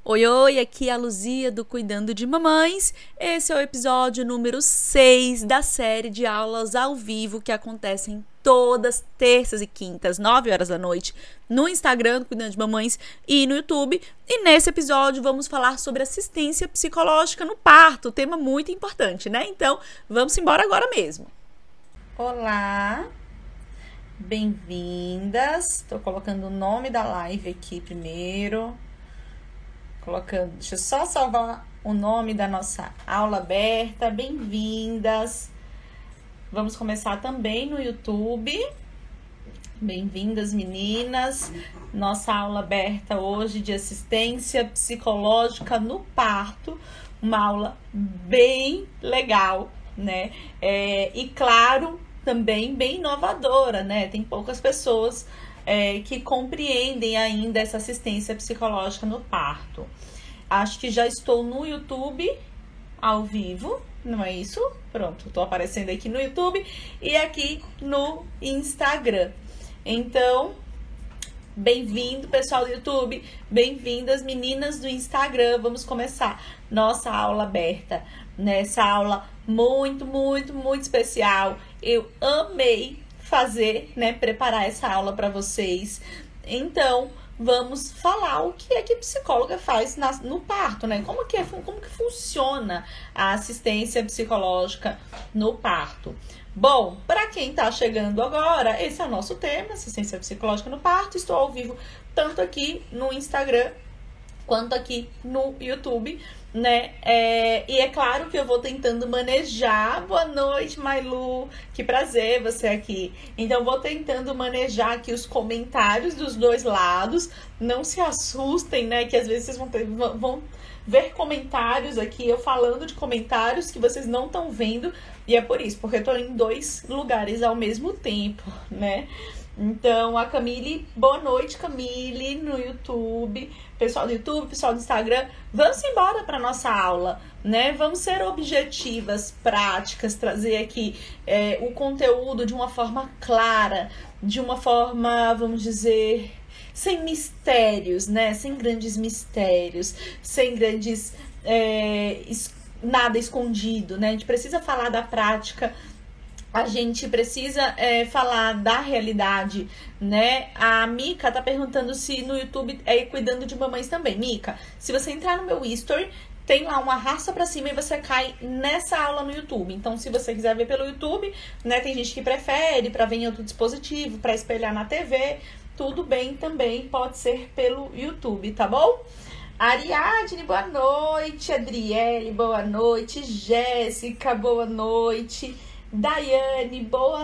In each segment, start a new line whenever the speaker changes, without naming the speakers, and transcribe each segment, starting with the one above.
Oi, oi, aqui é a Luzia do Cuidando de Mamães. Esse é o episódio número 6 da série de aulas ao vivo que acontecem todas terças e quintas, 9 horas da noite, no Instagram do Cuidando de Mamães e no YouTube. E nesse episódio vamos falar sobre assistência psicológica no parto, tema muito importante, né? Então, vamos embora agora mesmo. Olá, bem-vindas. Estou colocando o nome da live aqui primeiro. Deixa eu só salvar o nome da nossa aula aberta. Bem-vindas. Vamos começar também no YouTube. Bem-vindas, meninas. Nossa aula aberta hoje de assistência psicológica no parto. Uma aula bem legal, né? E claro, também bem inovadora, né? Tem poucas pessoas que compreendem ainda essa assistência psicológica no parto. Acho que já estou no YouTube ao vivo, não é isso? Pronto, estou aparecendo aqui no YouTube e aqui no Instagram. Então, bem-vindo, pessoal do YouTube, bem-vindas, meninas do Instagram. Vamos começar nossa aula aberta, nessa aula muito, muito, muito especial. Eu amei fazer, né, preparar essa aula para vocês. Então, vamos falar o que é que a psicóloga faz no parto, né? Como que funciona a assistência psicológica no parto. Bom, para quem tá chegando agora, esse é o nosso tema, assistência psicológica no parto. Estou ao vivo tanto aqui no Instagram quanto aqui no YouTube, né? E é claro que eu vou tentando manejar. Boa noite, Mailu, que prazer você aqui. Então, vou tentando manejar aqui os comentários dos dois lados. Não se assustem, né? Que às vezes vocês vão ver comentários aqui, eu falando de comentários que vocês não estão vendo. E é por isso, porque eu tô em dois lugares ao mesmo tempo, né? Então, a Camille, boa noite, Camille, no YouTube, pessoal do YouTube, pessoal do Instagram, vamos embora para nossa aula, né? Vamos ser objetivas, práticas, trazer aqui o conteúdo de uma forma clara, de uma forma, vamos dizer, sem mistérios, né? Sem grandes mistérios, sem grandes, nada escondido, né? A gente precisa falar da prática. A gente precisa falar da realidade, né? A Mica tá perguntando se no YouTube é Cuidando de Mamães também. Mica, se você entrar no meu history, tem lá uma arrasta pra cima e você cai nessa aula no YouTube. Então, se você quiser ver pelo YouTube, né? Tem gente que prefere pra ver em outro dispositivo, pra espelhar na TV. Tudo bem também, pode ser pelo YouTube, tá bom? Ariadne, boa noite. Adriele, boa noite. Jéssica, boa noite. Daiane, boa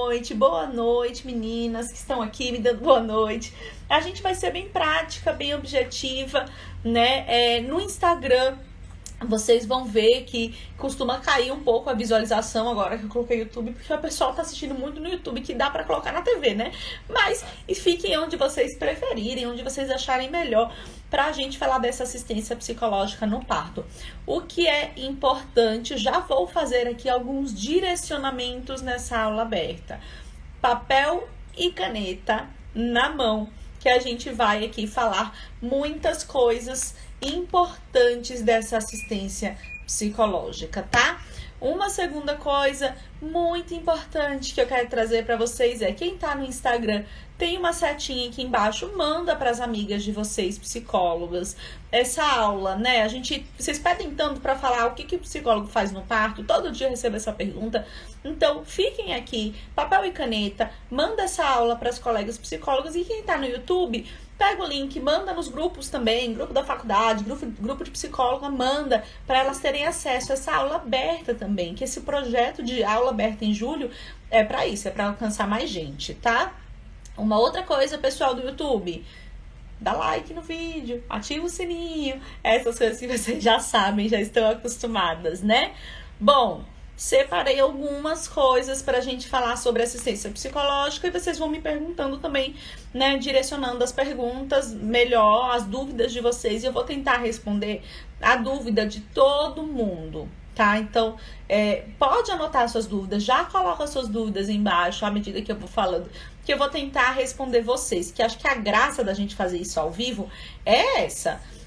noite, meninas que estão aqui me dando boa noite. A gente vai ser bem prática, bem objetiva, né? No Instagram, vocês vão ver que costuma cair um pouco a visualização agora que eu coloquei no YouTube, porque o pessoal tá assistindo muito no YouTube, que dá pra colocar na TV, né? Mas fiquem onde vocês preferirem, onde vocês acharem melhor, pra gente falar dessa assistência psicológica no parto. O que é importante, já vou fazer aqui alguns direcionamentos nessa aula aberta. Papel e caneta na mão, que a gente vai aqui falar muitas coisas importantes dessa assistência psicológica, tá? Uma segunda coisa muito importante que eu quero trazer para vocês é, quem tá no Instagram, tem uma setinha aqui embaixo, manda para as amigas de vocês, psicólogas, essa aula, né? Vocês pedem tanto para falar o que o psicólogo faz no parto, todo dia eu recebo essa pergunta. Então, fiquem aqui, papel e caneta, manda essa aula para as colegas psicólogas, e quem tá no YouTube, pega o link, manda nos grupos também, grupo da faculdade, grupo de psicóloga, manda para elas terem acesso a essa aula aberta também, que esse projeto de aula aberta em julho é para isso, é para alcançar mais gente, tá? Uma outra coisa, pessoal do YouTube, dá like no vídeo, ativa o sininho, essas coisas que vocês já sabem, já estão acostumadas, né? Bom, separei algumas coisas para a gente falar sobre assistência psicológica e vocês vão me perguntando também, né? Direcionando as perguntas melhor, as dúvidas de vocês, e eu vou tentar responder a dúvida de todo mundo, tá? Então, pode anotar suas dúvidas, já coloca suas dúvidas embaixo à medida que eu vou falando, que eu vou tentar responder vocês, que acho que a graça da gente fazer isso ao vivo é essa.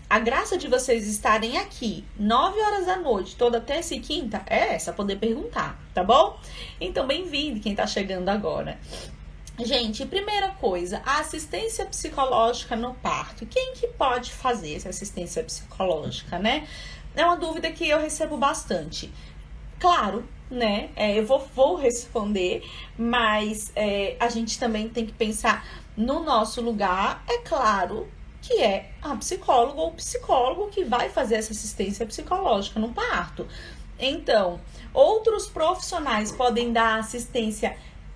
A graça de vocês estarem aqui 9 horas da noite, toda terça e quinta, é essa, poder perguntar, tá bom? Então, bem-vindo quem tá chegando agora. Gente, primeira coisa, a assistência psicológica no parto. Quem que pode fazer essa assistência psicológica, né? É uma dúvida que eu recebo bastante. Claro, né? Eu vou responder, mas a gente também tem que pensar no nosso lugar. É claro que é a psicóloga ou psicólogo que vai fazer essa assistência psicológica no parto. Então, outros profissionais podem dar assistência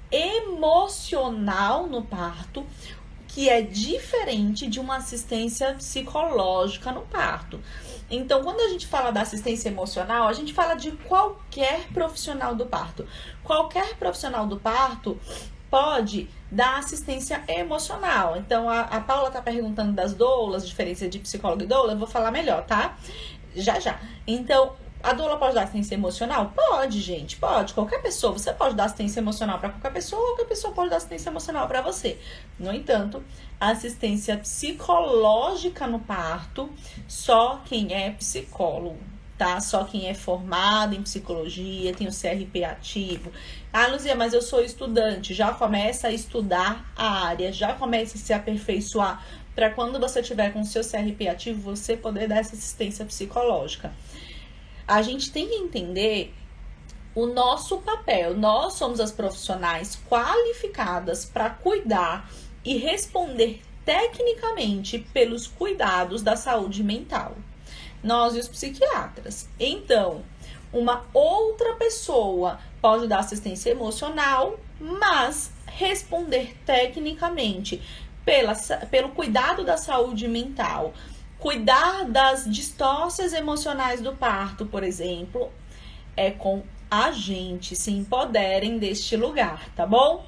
emocional no parto, que é diferente de uma assistência psicológica no parto. Então, quando a gente fala da assistência emocional, a gente fala de qualquer profissional do parto. Qualquer profissional do parto pode dar assistência emocional. Então, a Paula tá perguntando das doulas, diferença de psicólogo e doula, eu vou falar melhor, tá? Já. Então, a doula pode dar assistência emocional? Pode, gente, pode. Qualquer pessoa, você pode dar assistência emocional para qualquer pessoa pode dar assistência emocional para você. No entanto, a assistência psicológica no parto, só quem é psicólogo, tá? Só quem é formado em psicologia, tem o CRP ativo. Ah, Luzia, mas eu sou estudante, já começa a estudar a área, já começa a se aperfeiçoar para quando você tiver com o seu CRP ativo, você poder dar essa assistência psicológica. A gente tem que entender o nosso papel. Nós somos as profissionais qualificadas para cuidar e responder tecnicamente pelos cuidados da saúde mental. Nós e os psiquiatras. Então, uma outra pessoa pode dar assistência emocional, mas responder tecnicamente pelo cuidado da saúde mental. Cuidar das distorções emocionais do parto, por exemplo, é com a gente. Se empoderem deste lugar, tá bom?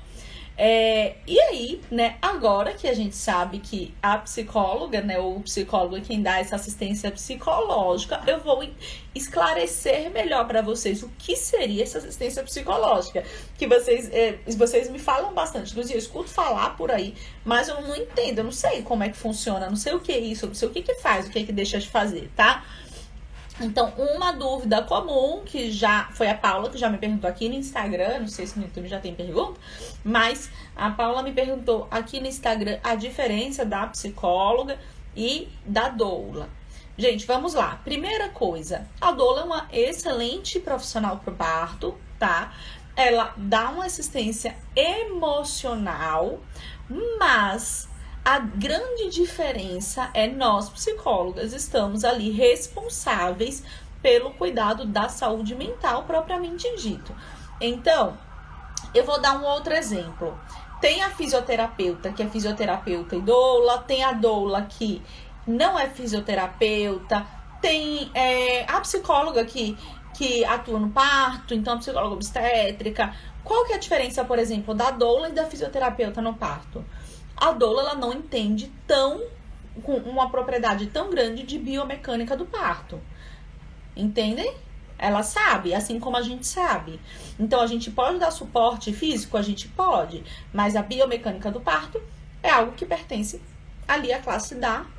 E aí, né, agora que a gente sabe que a psicóloga, né, ou o psicólogo é quem dá essa assistência psicológica, eu vou esclarecer melhor para vocês o que seria essa assistência psicológica. Que vocês me falam bastante, Luzia, eu escuto falar por aí, mas eu não entendo, eu não sei como é que funciona, não sei o que é isso, não sei o que faz, o que deixa de fazer, tá? Então, uma dúvida comum, que já foi a Paula que já me perguntou aqui no Instagram, não sei se no YouTube já tem pergunta, mas a Paula me perguntou aqui no Instagram a diferença da psicóloga e da doula. Gente, vamos lá. Primeira coisa, a doula é uma excelente profissional para o parto, tá? Ela dá uma assistência emocional, mas a grande diferença é nós, psicólogas, estamos ali responsáveis pelo cuidado da saúde mental propriamente dito. Então, eu vou dar um outro exemplo. Tem a fisioterapeuta, que é fisioterapeuta e doula, tem a doula que não é fisioterapeuta, tem a psicóloga que atua no parto, então a psicóloga obstétrica. Qual que é a diferença, por exemplo, da doula e da fisioterapeuta no parto? A doula, ela não entende com uma propriedade tão grande de biomecânica do parto. Entendem? Ela sabe, assim como a gente sabe. Então, a gente pode dar suporte físico? A gente pode. Mas a biomecânica do parto é algo que pertence ali à classe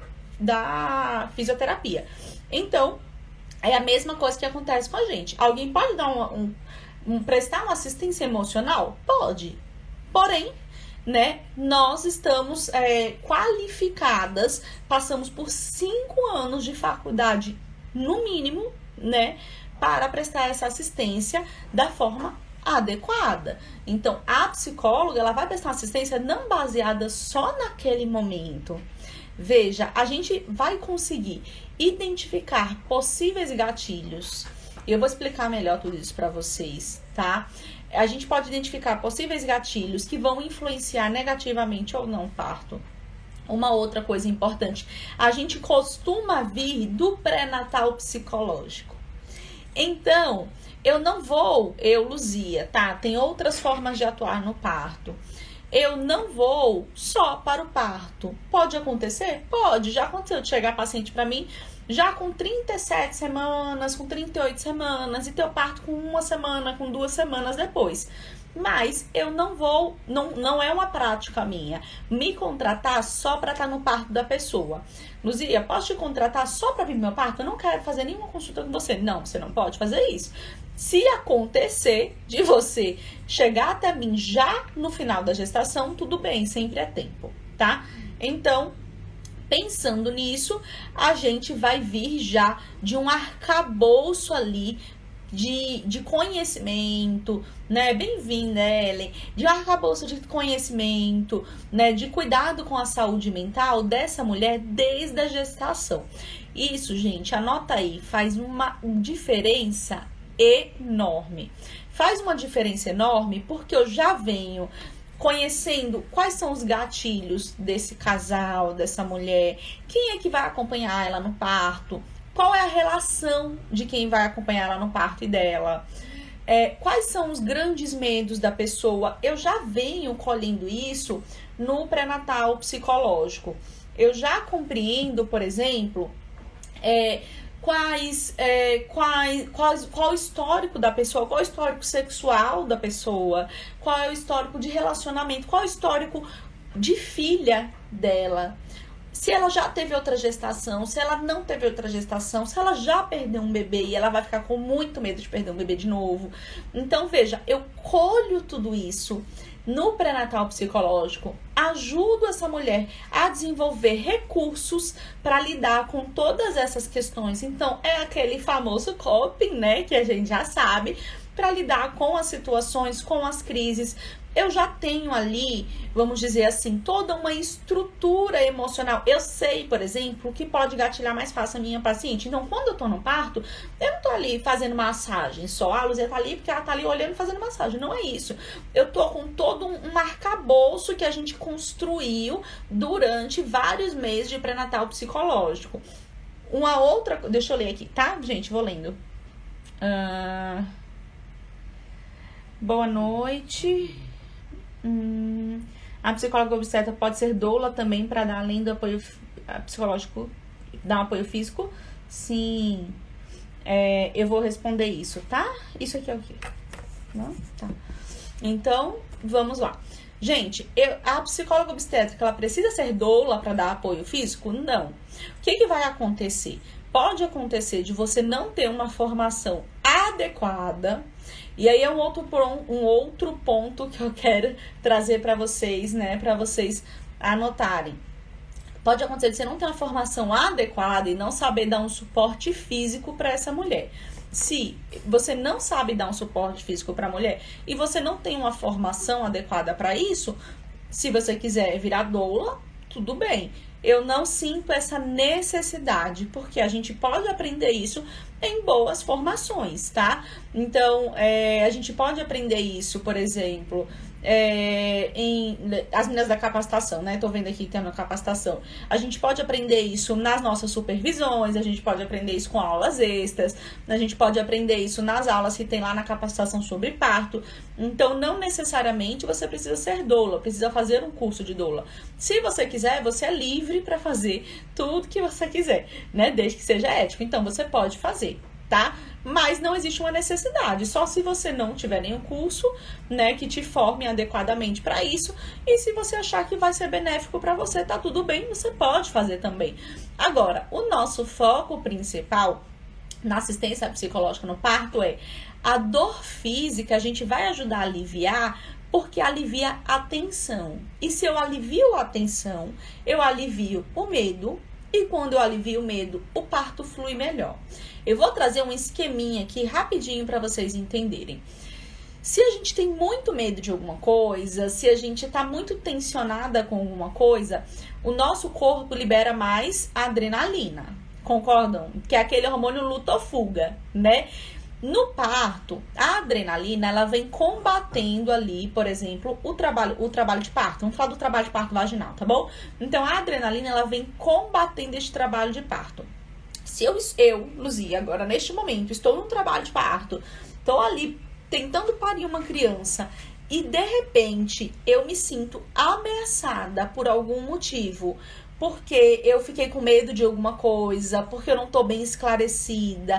da fisioterapia. Então, é a mesma coisa que acontece com a gente. Alguém pode dar prestar uma assistência emocional? Pode. Porém, né, nós estamos qualificadas, passamos por 5 anos de faculdade, no mínimo, né, para prestar essa assistência da forma adequada. Então, a psicóloga, ela vai prestar assistência não baseada só naquele momento. Veja, a gente vai conseguir identificar possíveis gatilhos. Eu vou explicar melhor tudo isso para vocês, tá? A gente pode identificar possíveis gatilhos que vão influenciar negativamente ou não o parto. Uma outra coisa importante, a gente costuma vir do pré-natal psicológico. Então, eu, Luzia, tá? Tem outras formas de atuar no parto. Eu não vou só para o parto. Pode acontecer? Pode. Já aconteceu de chegar paciente para mim já com 37 semanas, com 38 semanas, e ter o parto com 1 semana, com 2 semanas depois. mas eu não vou, não é uma prática minha, me contratar só para estar no parto da pessoa. Luzia, posso te contratar só para vir no meu parto? Eu não quero fazer nenhuma consulta com você. Não, você não pode fazer isso. Se acontecer de você chegar até mim já no final da gestação, tudo bem, sempre é tempo, tá? Então, pensando nisso, a gente vai vir já de um arcabouço ali de conhecimento, né? Bem-vinda, Ellen. De um arcabouço de conhecimento, né? De cuidado com a saúde mental dessa mulher desde a gestação. Isso, gente, anota aí, faz uma diferença enorme. Faz uma diferença enorme porque eu já venho conhecendo quais são os gatilhos desse casal, dessa mulher, quem é que vai acompanhar ela no parto, qual é a relação de quem vai acompanhar ela no parto e dela, quais são os grandes medos da pessoa. Eu já venho colhendo isso no pré-natal psicológico. Eu já compreendo, por exemplo, qual o histórico da pessoa, qual o histórico sexual da pessoa, qual é o histórico de relacionamento, qual é o histórico de filha dela. Se ela já teve outra gestação, se ela não teve outra gestação, se ela já perdeu um bebê e ela vai ficar com muito medo de perder um bebê de novo. Então, veja, eu colho tudo isso no pré-natal psicológico, ajudo essa mulher a desenvolver recursos para lidar com todas essas questões. Então, é aquele famoso coping, né, que a gente já sabe, para lidar com as situações, com as crises. Eu já tenho ali, vamos dizer assim, toda uma estrutura emocional. Eu sei, por exemplo, que pode gatilhar mais fácil a minha paciente. Então, quando eu tô no parto, eu não tô ali fazendo massagem só. A Luzia tá ali porque ela tá ali olhando e fazendo massagem. Não é isso. Eu tô com todo um arcabouço que a gente construiu durante vários meses de pré-natal psicológico. Uma outra... Deixa eu ler aqui, tá? Gente, vou lendo. Boa noite. A psicóloga obstetra pode ser doula também para dar, além do apoio psicológico, dar um apoio físico? Sim. Eu vou responder isso, tá? Isso aqui é o quê? Não? Tá. Então, vamos lá. Gente, a psicóloga obstétrica, ela precisa ser doula para dar apoio físico? Não. O que vai acontecer? Pode acontecer de você não ter uma formação adequada. E aí é um outro ponto que eu quero trazer para vocês, né? Para vocês anotarem. Pode acontecer de você não ter uma formação adequada e não saber dar um suporte físico para essa mulher. Se você não sabe dar um suporte físico para a mulher e você não tem uma formação adequada para isso, se você quiser virar doula, tudo bem. Eu não sinto essa necessidade, porque a gente pode aprender isso em boas formações, tá? Então, a gente pode aprender isso, por exemplo, as meninas da capacitação, né? Tô vendo aqui que tem uma capacitação. A gente pode aprender isso nas nossas supervisões, a gente pode aprender isso com aulas extras, a gente pode aprender isso nas aulas que tem lá na capacitação sobre parto. Então, não necessariamente você precisa ser doula, precisa fazer um curso de doula. Se você quiser, você é livre para fazer tudo que você quiser, né? Desde que seja ético. Então, você pode fazer, tá? Mas não existe uma necessidade, só se você não tiver nenhum curso, né, que te forme adequadamente para isso, e se você achar que vai ser benéfico para você, tá tudo bem, você pode fazer também. Agora, o nosso foco principal na assistência psicológica no parto é a dor física, a gente vai ajudar a aliviar, porque alivia a tensão. E se eu alivio a tensão, eu alivio o medo, e quando eu alivio o medo, o parto flui melhor. Eu vou trazer um esqueminha aqui rapidinho para vocês entenderem. Se a gente tem muito medo de alguma coisa, se a gente tá muito tensionada com alguma coisa, o nosso corpo libera mais adrenalina. Concordam? Que é aquele hormônio luta ou fuga, né? No parto, a adrenalina, ela vem combatendo ali, por exemplo, o trabalho de parto. Vamos falar do trabalho de parto vaginal, tá bom? Então, a adrenalina, ela vem combatendo este trabalho de parto. Se eu, Luzia, agora neste momento, estou num trabalho de parto, estou ali tentando parir uma criança e de repente eu me sinto ameaçada por algum motivo, porque eu fiquei com medo de alguma coisa, porque eu não estou bem esclarecida,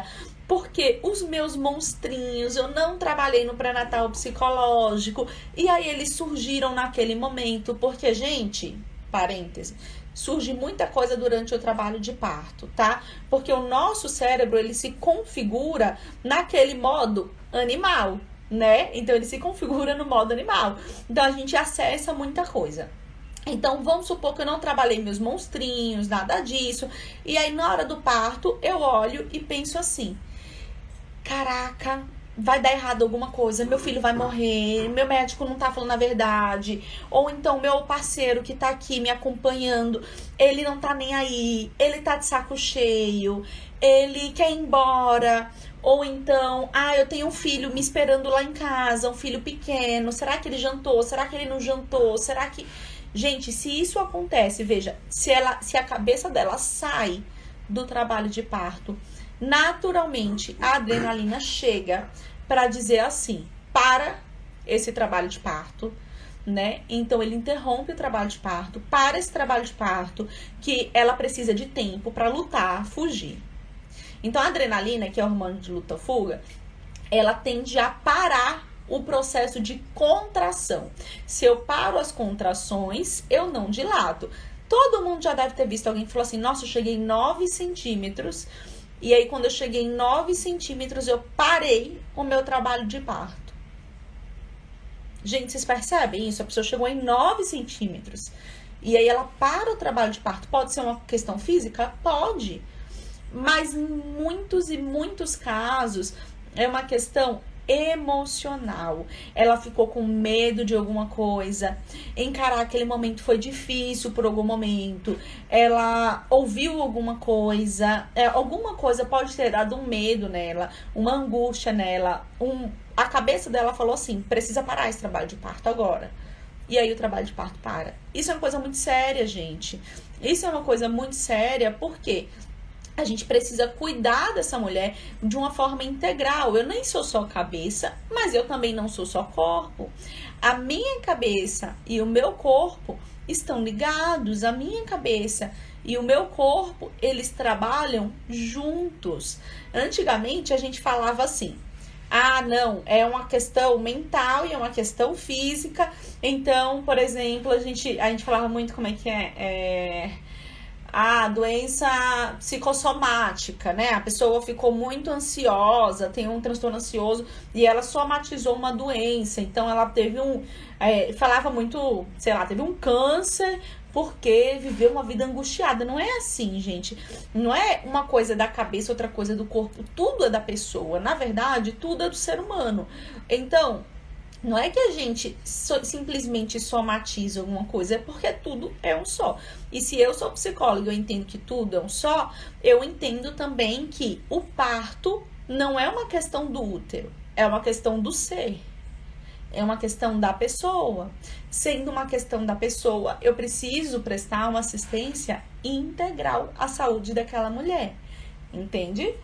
porque os meus monstrinhos, eu não trabalhei no pré-natal psicológico, e aí eles surgiram naquele momento, porque, gente, parêntese, surge muita coisa durante o trabalho de parto, tá? Porque o nosso cérebro, ele se configura naquele modo animal, né? Então, ele se configura no modo animal. Então, a gente acessa muita coisa. Então, vamos supor que eu não trabalhei meus monstrinhos, nada disso. E aí, na hora do parto, eu olho e penso assim: caraca, vai dar errado alguma coisa, meu filho vai morrer, meu médico não tá falando a verdade, ou então meu parceiro que tá aqui me acompanhando, ele não tá nem aí, ele tá de saco cheio, ele quer ir embora, ou então, eu tenho um filho me esperando lá em casa, um filho pequeno, será que ele jantou, será que ele não jantou, será que... Gente, se isso acontece, veja, se a cabeça dela sai do trabalho de parto, naturalmente a adrenalina chega para dizer assim: para esse trabalho de parto, né? Então ele interrompe o trabalho de parto, para esse trabalho de parto, que ela precisa de tempo para lutar, fugir. Então a adrenalina, que é o hormônio de luta-fuga, ela tende a parar o processo de contração. Se eu paro as contrações, eu não dilato. Todo mundo já deve ter visto alguém que falou assim: nossa, eu cheguei em 9 centímetros. E aí, quando eu cheguei em 9 centímetros, eu parei o meu trabalho de parto. Gente, vocês percebem isso? A pessoa chegou em 9 centímetros. E aí, ela para o trabalho de parto. Pode ser uma questão física? Pode. Mas, em muitos e muitos casos, é uma questão emocional. Ela ficou com medo de alguma coisa, encarar aquele momento foi difícil por algum momento, ela ouviu alguma coisa pode ter dado um medo nela, uma angústia nela, a cabeça dela falou assim: precisa parar esse trabalho de parto agora. E aí o trabalho de parto para. Isso é uma coisa muito séria, gente. Isso é uma coisa muito séria, porque a gente precisa cuidar dessa mulher de uma forma integral. Eu nem sou só cabeça, mas eu também não sou só corpo. A minha cabeça e o meu corpo estão ligados. A minha cabeça e o meu corpo, eles trabalham juntos. Antigamente, a gente falava assim: não, é uma questão mental e é uma questão física. Então, por exemplo, a gente falava muito, como é que a doença psicossomática, né? A pessoa ficou muito ansiosa, tem um transtorno ansioso e ela somatizou uma doença. Então, ela teve falava muito, sei lá, teve um câncer porque viveu uma vida angustiada. Não é assim, gente. Não é uma coisa da cabeça, outra coisa do corpo. Tudo é da pessoa. Na verdade, tudo é do ser humano. Então, não é que a gente simplesmente somatiza alguma coisa, é porque tudo é um só. E se eu sou psicóloga, eu entendo que tudo é um só, eu entendo também que o parto não é uma questão do útero, é uma questão do ser. É uma questão da pessoa. Sendo uma questão da pessoa, eu preciso prestar uma assistência integral à saúde daquela mulher. Entende?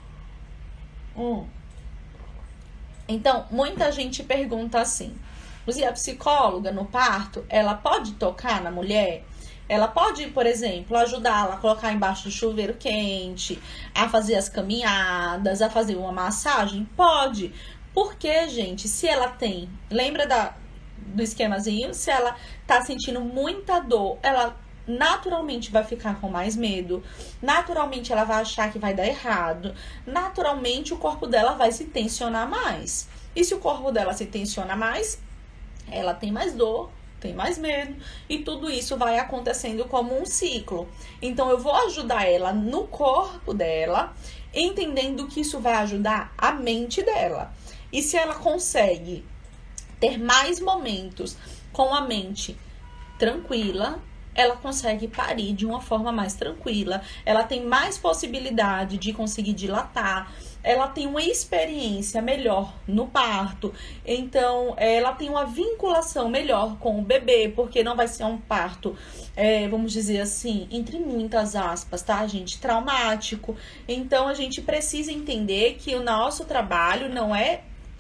Então, muita gente pergunta assim: e a psicóloga no parto, ela pode tocar na mulher? Ela pode, por exemplo, ajudá-la a colocar embaixo do chuveiro quente, a fazer as caminhadas, a fazer uma massagem? Pode. Porque, gente, se ela tem... Lembra do esquemazinho? Se ela tá sentindo muita dor, ela naturalmente vai ficar com mais medo, naturalmente ela vai achar que vai dar errado, naturalmente o corpo dela vai se tensionar mais. E se o corpo dela se tensiona mais, ela tem mais dor, tem mais medo, e tudo isso vai acontecendo como um ciclo. Então eu vou ajudar ela no corpo dela, entendendo que isso vai ajudar a mente dela. E se ela consegue ter mais momentos com a mente tranquila, ela consegue parir de uma forma mais tranquila, ela tem mais possibilidade de conseguir dilatar, ela tem uma experiência melhor no parto, então ela tem uma vinculação melhor com o bebê, porque não vai ser um parto, vamos dizer assim, entre muitas aspas, tá, gente, traumático. Então a gente precisa entender que o nosso trabalho não é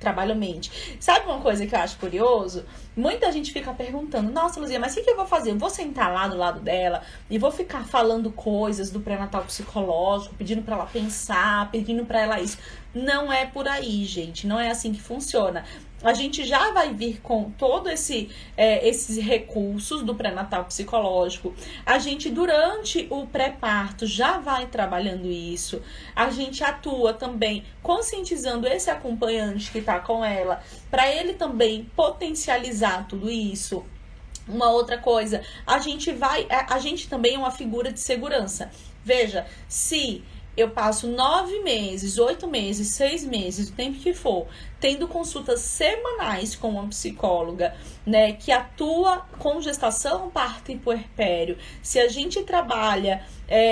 trabalho mente. Sabe uma coisa que eu acho curioso? Muita gente fica perguntando, nossa, Luzia, mas o que eu vou fazer? Eu vou sentar lá do lado dela e vou ficar falando coisas do pré-natal psicológico, pedindo pra ela pensar, pedindo pra ela isso. Não é por aí, gente. Não é assim que funciona. A gente já vai vir com todo esses recursos do pré-natal psicológico. A gente, durante o pré-parto, já vai trabalhando isso. A gente atua também conscientizando esse acompanhante que tá com ela, para ele também potencializar tudo isso. Uma outra coisa, a gente também é uma figura de segurança. Veja, se eu passo 9 meses, 8 meses, 6 meses, o tempo que for, tendo consultas semanais com uma psicóloga, né, que atua com gestação, parto e puerpério. Se a gente trabalha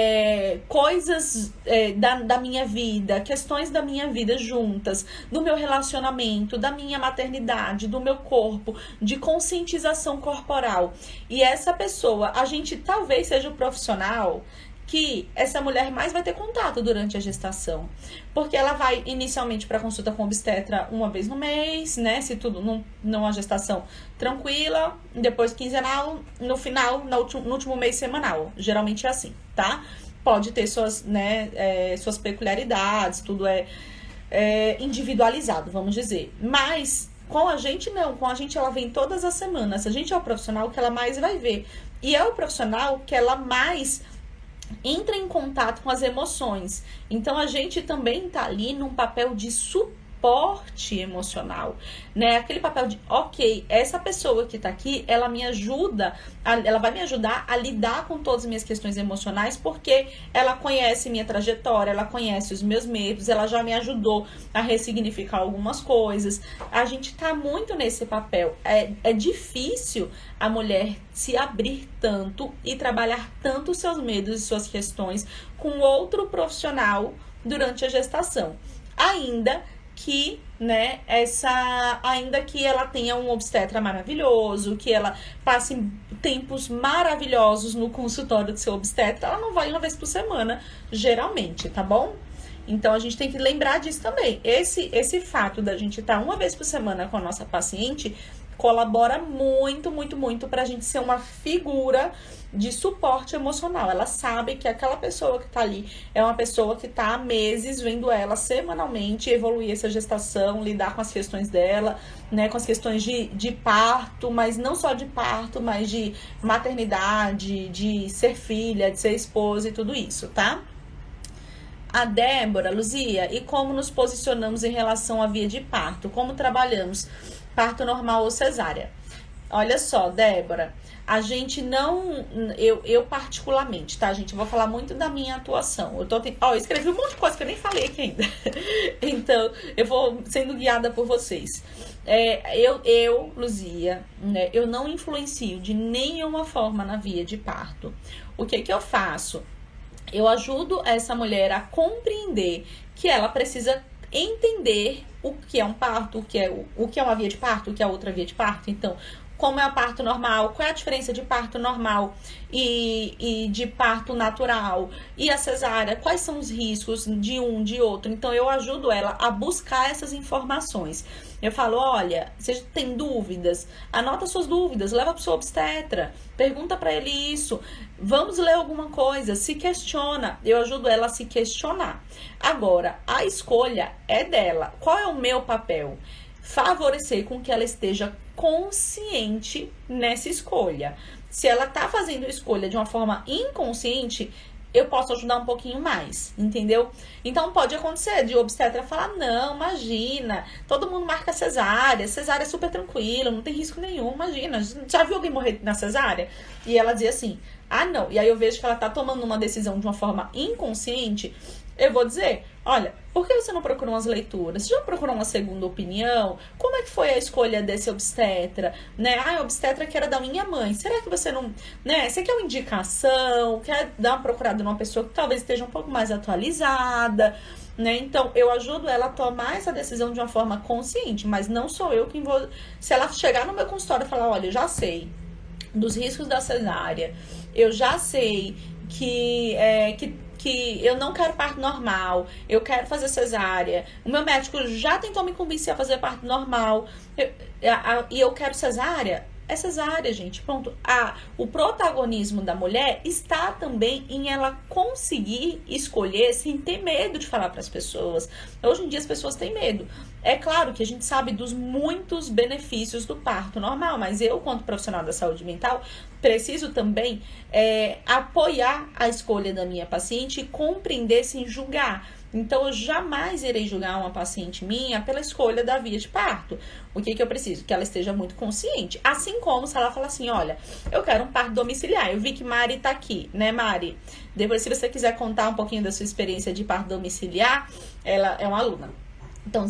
coisas da minha vida, questões da minha vida juntas, do meu relacionamento, da minha maternidade, do meu corpo, de conscientização corporal, e essa pessoa, a gente talvez seja o profissional que essa mulher mais vai ter contato durante a gestação, porque ela vai inicialmente para consulta com obstetra uma vez no mês, né, se tudo numa gestação tranquila, depois quinzenal, no final, no último mês semanal, geralmente é assim, tá? Pode ter suas peculiaridades, tudo é individualizado, vamos dizer, mas com a gente não, com a gente ela vem todas as semanas, a gente é o profissional que ela mais vai ver, e é o profissional que ela mais entra em contato com as emoções. Então a gente também tá ali num papel de suporte emocional, né? Aquele papel de, ok, essa pessoa que tá aqui, ela me ajuda, ela vai me ajudar a lidar com todas as minhas questões emocionais, porque ela conhece minha trajetória, ela conhece os meus medos, ela já me ajudou a ressignificar algumas coisas. A gente tá muito nesse papel. É difícil a mulher se abrir tanto e trabalhar tanto os seus medos e suas questões com outro profissional durante a gestação. Ainda que ela tenha um obstetra maravilhoso, que ela passe tempos maravilhosos no consultório do seu obstetra, ela não vai uma vez por semana, geralmente, tá bom? Então, a gente tem que lembrar disso também. Esse fato da gente estar uma vez por semana com a nossa paciente colabora muito, muito, muito pra gente ser uma figura de suporte emocional. Ela sabe que aquela pessoa que tá ali é uma pessoa que tá há meses vendo ela semanalmente evoluir essa gestação, lidar com as questões dela, né, com as questões de parto, mas não só de parto, mas de maternidade, de ser filha, de ser esposa e tudo isso, tá? A Débora, Luzia, e como nos posicionamos em relação à via de parto? Como trabalhamos? Parto normal ou cesárea? Olha só, Débora, a gente não... Eu particularmente, tá, gente? Eu vou falar muito da minha atuação. Eu escrevi um monte de coisa que eu nem falei aqui ainda. Então, eu vou sendo guiada por vocês. Luzia, né, eu não influencio de nenhuma forma na via de parto. O que eu faço? Eu ajudo essa mulher a compreender que ela precisa entender o que é um parto, o que é uma via de parto, o que é outra via de parto. Então, como é o parto normal, qual é a diferença de parto normal e de parto natural, e a cesárea, quais são os riscos de um, de outro. Então, eu ajudo ela a buscar essas informações. Eu falo, olha, você tem dúvidas? Anota suas dúvidas, leva pro seu obstetra, pergunta para ele isso, vamos ler alguma coisa, se questiona. Eu ajudo ela a se questionar. Agora, a escolha é dela. Qual é o meu papel? Favorecer com que ela esteja consciente nessa escolha. Se ela tá fazendo a escolha de uma forma inconsciente, eu posso ajudar um pouquinho mais, entendeu? Então, pode acontecer de o obstetra falar, não, imagina, todo mundo marca cesárea é super tranquilo, não tem risco nenhum, imagina, já viu alguém morrer na cesárea? E ela dizia assim, ah, não, e aí eu vejo que ela tá tomando uma decisão de uma forma inconsciente, eu vou dizer, olha, por que você não procurou umas leituras? Você já procurou uma segunda opinião? Como é que foi a escolha desse obstetra? Né? Ah, a obstetra que era da minha mãe. Será que você não... né? Você quer uma indicação? Quer dar uma procurada numa pessoa que talvez esteja um pouco mais atualizada? Né? Então, eu ajudo ela a tomar essa decisão de uma forma consciente, mas não sou eu quem vou... Se ela chegar no meu consultório e falar, olha, eu já sei dos riscos da cesárea, eu já sei que que eu não quero parto normal, eu quero fazer cesárea, o meu médico já tentou me convencer a fazer parto normal, e eu quero cesárea, é cesárea, gente, pronto. O protagonismo da mulher está também em ela conseguir escolher sem ter medo de falar para as pessoas. Hoje em dia as pessoas têm medo. É claro que a gente sabe dos muitos benefícios do parto normal, mas eu, quanto profissional da saúde mental, preciso também apoiar a escolha da minha paciente e compreender sem julgar. Então, eu jamais irei julgar uma paciente minha pela escolha da via de parto. O que eu preciso? Que ela esteja muito consciente. Assim como se ela falar assim, olha, eu quero um parto domiciliar. Eu vi que Mari tá aqui, né, Mari? Depois, se você quiser contar um pouquinho da sua experiência de parto domiciliar, ela é uma aluna. Então,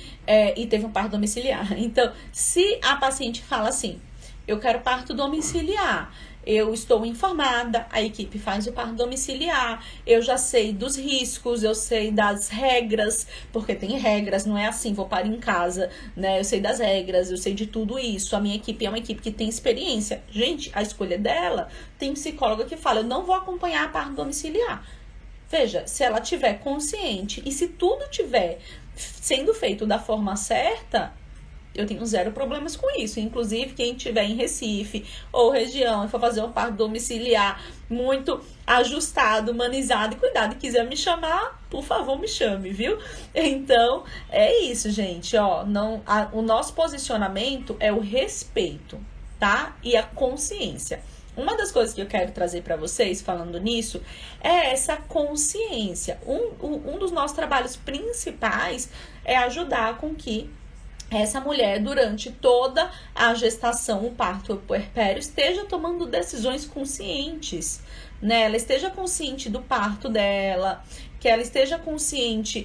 e teve um parto domiciliar. Então, se a paciente fala assim, eu quero parto domiciliar, eu estou informada, a equipe faz o parto domiciliar, eu já sei dos riscos, eu sei das regras, porque tem regras, não é assim, vou parir em casa, né? Eu sei das regras, eu sei de tudo isso, a minha equipe é uma equipe que tem experiência. Gente, a escolha dela, tem psicóloga que fala, eu não vou acompanhar a parto domiciliar. Veja, se ela tiver consciente e se tudo tiver sendo feito da forma certa, eu tenho zero problemas com isso. Inclusive, quem estiver em Recife ou região e for fazer um parto domiciliar muito ajustado, humanizado e cuidado, e quiser me chamar, por favor, me chame, viu? Então, é isso, gente. Ó, o nosso posicionamento é o respeito, tá? E a consciência. Uma das coisas que eu quero trazer para vocês, falando nisso, é essa consciência. Um dos nossos trabalhos principais é ajudar com que essa mulher, durante toda a gestação, o parto, o puerpério, esteja tomando decisões conscientes, né? Ela esteja consciente do parto dela, que ela esteja consciente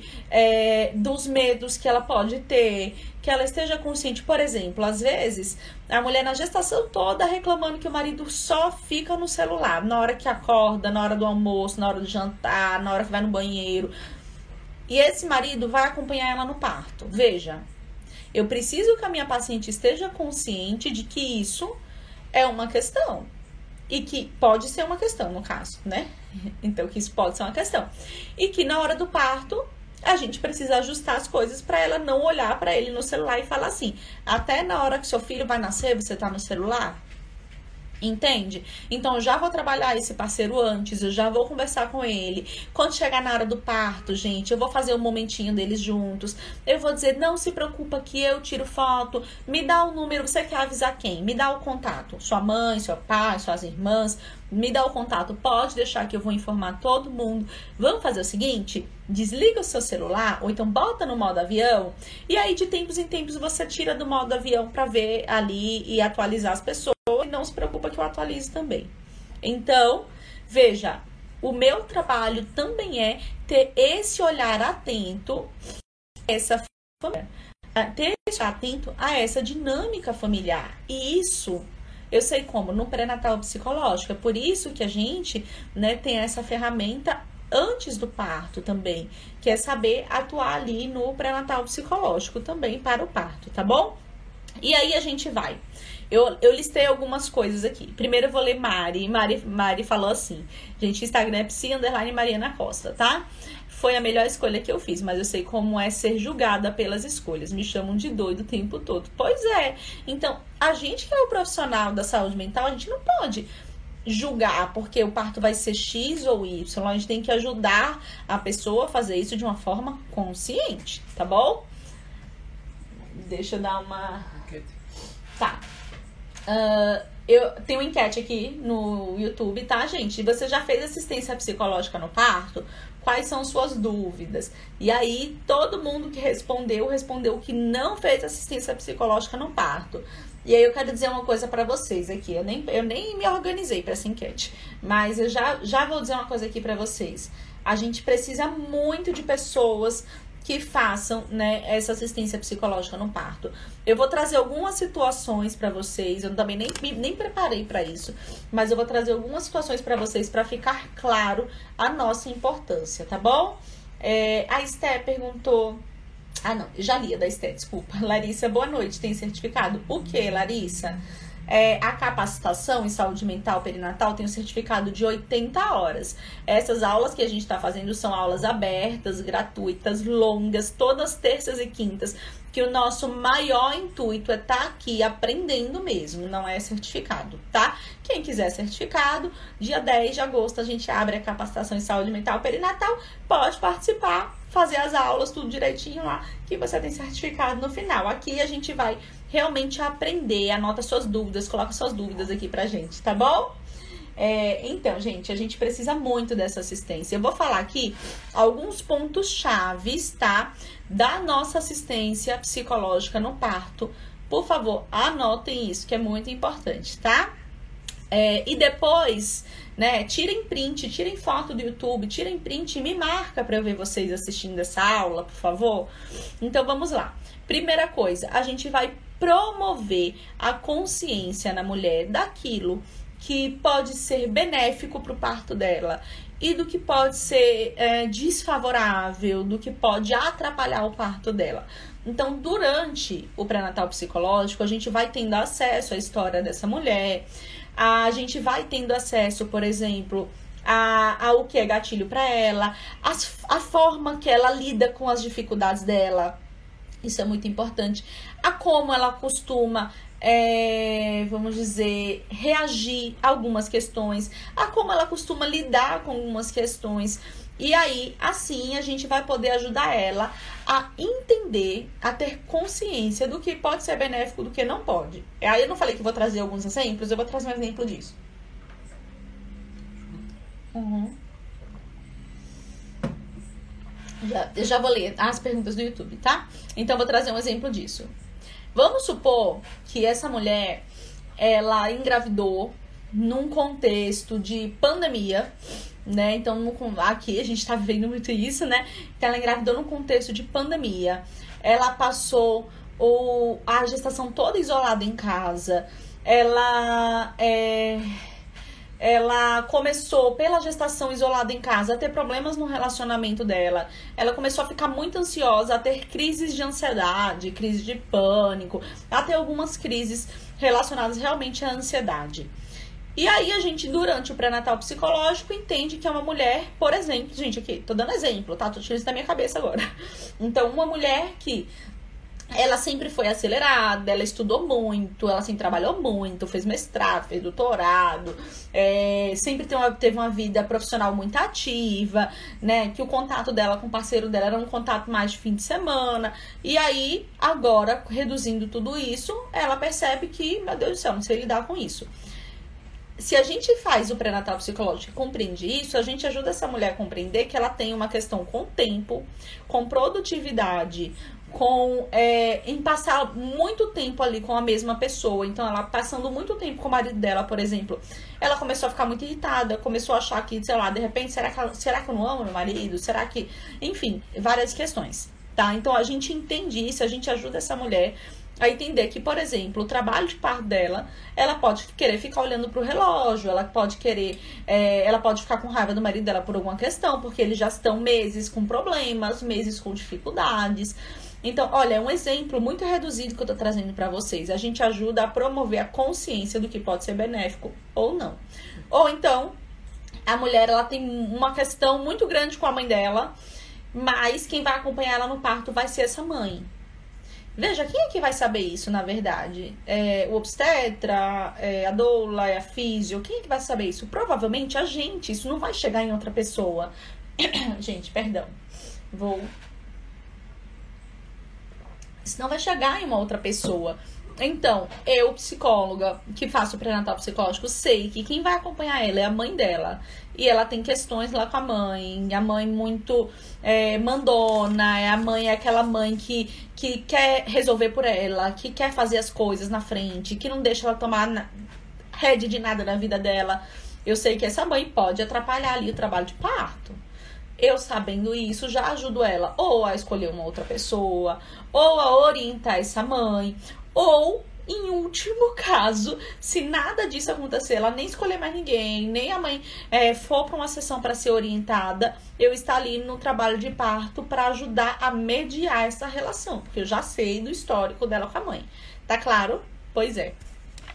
dos medos que ela pode ter, que ela esteja consciente, por exemplo, às vezes, a mulher na gestação toda reclamando que o marido só fica no celular, na hora que acorda, na hora do almoço, na hora do jantar, na hora que vai no banheiro, e esse marido vai acompanhar ela no parto. Veja, eu preciso que a minha paciente esteja consciente de que isso é uma questão. E que pode ser uma questão, no caso, né? Então, que isso pode ser uma questão. E que na hora do parto, a gente precisa ajustar as coisas para ela não olhar para ele no celular e falar assim, até na hora que seu filho vai nascer, você tá no celular? Entende? Então, eu já vou trabalhar esse parceiro antes, eu já vou conversar com ele. Quando chegar na hora do parto, gente, eu vou fazer um momentinho deles juntos. Eu vou dizer, não se preocupa que eu tiro foto. Me dá o número, você quer avisar quem? Me dá o contato. Sua mãe, seu pai, suas irmãs. Me dá o contato, pode deixar que eu vou informar todo mundo. Vamos fazer o seguinte, desliga o seu celular, ou então bota no modo avião, e aí de tempos em tempos você tira do modo avião para ver ali e atualizar as pessoas, e não se preocupa que eu atualizo também. Então, veja, o meu trabalho também é ter esse olhar atento, essa família, ter esse olhar atento a essa dinâmica familiar, e isso eu sei como, no pré-natal psicológico. É por isso que a gente, né, tem essa ferramenta antes do parto também, que é saber atuar ali no pré-natal psicológico também para o parto, tá bom? E aí a gente vai. Eu listei algumas coisas aqui. Primeiro eu vou ler Mari. Mari falou assim, gente, Instagram é psi_Mariana Costa, tá? Foi a melhor escolha que eu fiz, mas eu sei como é ser julgada pelas escolhas. Me chamam de doido o tempo todo. Pois é. Então, a gente que é o profissional da saúde mental, a gente não pode julgar porque o parto vai ser X ou Y. A gente tem que ajudar a pessoa a fazer isso de uma forma consciente, tá bom? Deixa eu dar uma... Tá. Eu tenho uma enquete aqui no YouTube, tá, gente? Você já fez assistência psicológica no parto? Quais são suas dúvidas? E aí, todo mundo que respondeu que não fez assistência psicológica no parto. E aí, eu quero dizer uma coisa pra vocês aqui. Eu nem me organizei pra essa enquete. Mas eu já vou dizer uma coisa aqui pra vocês. A gente precisa muito de pessoas que façam, né, essa assistência psicológica no parto. Eu vou trazer algumas situações para vocês, eu também nem preparei para isso, mas eu vou trazer algumas situações para vocês para ficar claro a nossa importância, tá bom? A Esté perguntou... Ah, não, já li a da Esté, desculpa. Larissa, boa noite, tem certificado? O que, Larissa? A capacitação em saúde mental perinatal tem um certificado de 80 horas. Essas aulas que a gente está fazendo são aulas abertas, gratuitas, longas, todas terças e quintas, que o nosso maior intuito é estar aqui aprendendo mesmo, não é certificado, tá? Quem quiser certificado, dia 10 de agosto a gente abre a capacitação em saúde mental perinatal, pode participar, fazer as aulas, tudo direitinho lá, que você tem certificado no final. Aqui a gente vai realmente aprender, anota suas dúvidas, coloca suas dúvidas aqui pra gente, tá bom? Então, gente, a gente precisa muito dessa assistência. Eu vou falar aqui alguns pontos chaves, tá? Da nossa assistência psicológica no parto. Por favor, anotem isso, que é muito importante, tá? E depois, né, tirem print, tirem foto do YouTube, tirem print e me marca pra eu ver vocês assistindo essa aula, por favor. Então, vamos lá. Primeira coisa, a gente vai promover a consciência na mulher daquilo que pode ser benéfico para o parto dela e do que pode ser desfavorável, do que pode atrapalhar o parto dela. Então, durante o pré-natal psicológico, a gente vai tendo acesso à história dessa mulher, a gente vai tendo acesso, por exemplo, ao que é gatilho para ela, a forma que ela lida com as dificuldades dela. Isso é muito importante. A como ela costuma, vamos dizer, reagir a algumas questões. A como ela costuma lidar com algumas questões. E aí, assim, a gente vai poder ajudar ela a entender, a ter consciência do que pode ser benéfico, do que não pode. Aí eu não falei que vou trazer alguns exemplos, eu vou trazer um exemplo disso. Eu já vou ler as perguntas do YouTube, tá? Então, eu vou trazer um exemplo disso. Vamos supor que essa mulher, ela engravidou num contexto de pandemia, né? Então, aqui a gente tá vivendo muito isso, né? Então, ela engravidou num contexto de pandemia. Ela passou a gestação toda isolada em casa. Ela começou, pela gestação isolada em casa, a ter problemas no relacionamento dela. Ela começou a ficar muito ansiosa, a ter crises de ansiedade, crise de pânico, a ter algumas crises relacionadas realmente à ansiedade. E aí a gente, durante o pré-natal psicológico, entende que é uma mulher, por exemplo, gente, aqui, tô dando exemplo, tá? Tô tirando isso da minha cabeça agora. Então, uma mulher que ela sempre foi acelerada, ela estudou muito, ela sempre trabalhou muito, fez mestrado, fez doutorado, sempre teve uma vida profissional muito ativa, né? Que o contato dela com o parceiro dela era um contato mais de fim de semana. E aí, agora, reduzindo tudo isso, ela percebe que, meu Deus do céu, não sei lidar com isso. Se a gente faz o pré-natal psicológico e compreende isso, a gente ajuda essa mulher a compreender que ela tem uma questão com tempo, com produtividade, em passar muito tempo ali com a mesma pessoa. Então, ela passando muito tempo com o marido dela, por exemplo, ela começou a ficar muito irritada, começou a achar que, sei lá, de repente, será que eu não amo meu marido? Será que... Enfim, várias questões, tá? Então, a gente entende isso, a gente ajuda essa mulher a entender que, por exemplo, o trabalho de parto dela, ela pode querer ficar olhando pro relógio, ela pode ficar com raiva do marido dela por alguma questão, porque eles já estão meses com problemas, meses com dificuldades. Então, olha, é um exemplo muito reduzido que eu tô trazendo pra vocês. A gente ajuda a promover a consciência do que pode ser benéfico ou não. Ou então, a mulher, ela tem uma questão muito grande com a mãe dela, mas quem vai acompanhar ela no parto vai ser essa mãe. Veja, quem é que vai saber isso, na verdade? O obstetra, a doula, a físio, quem é que vai saber isso? Provavelmente a gente, isso não vai chegar em outra pessoa. Gente, perdão. Isso não vai chegar em uma outra pessoa. Então, eu, psicóloga, que faço pré-natal psicológico, sei que quem vai acompanhar ela é a mãe dela. E ela tem questões lá com a mãe muito mandona, a mãe é aquela mãe que quer resolver por ela, que quer fazer as coisas na frente, que não deixa ela tomar rédea de nada na vida dela. Eu sei que essa mãe pode atrapalhar ali o trabalho de parto. Eu, sabendo isso, já ajudo ela ou a escolher uma outra pessoa, ou a orientar essa mãe, ou, em último caso, se nada disso acontecer, ela nem escolher mais ninguém, nem a mãe for para uma sessão para ser orientada, eu estar ali no trabalho de parto para ajudar a mediar essa relação, porque eu já sei do histórico dela com a mãe. Tá claro? Pois é.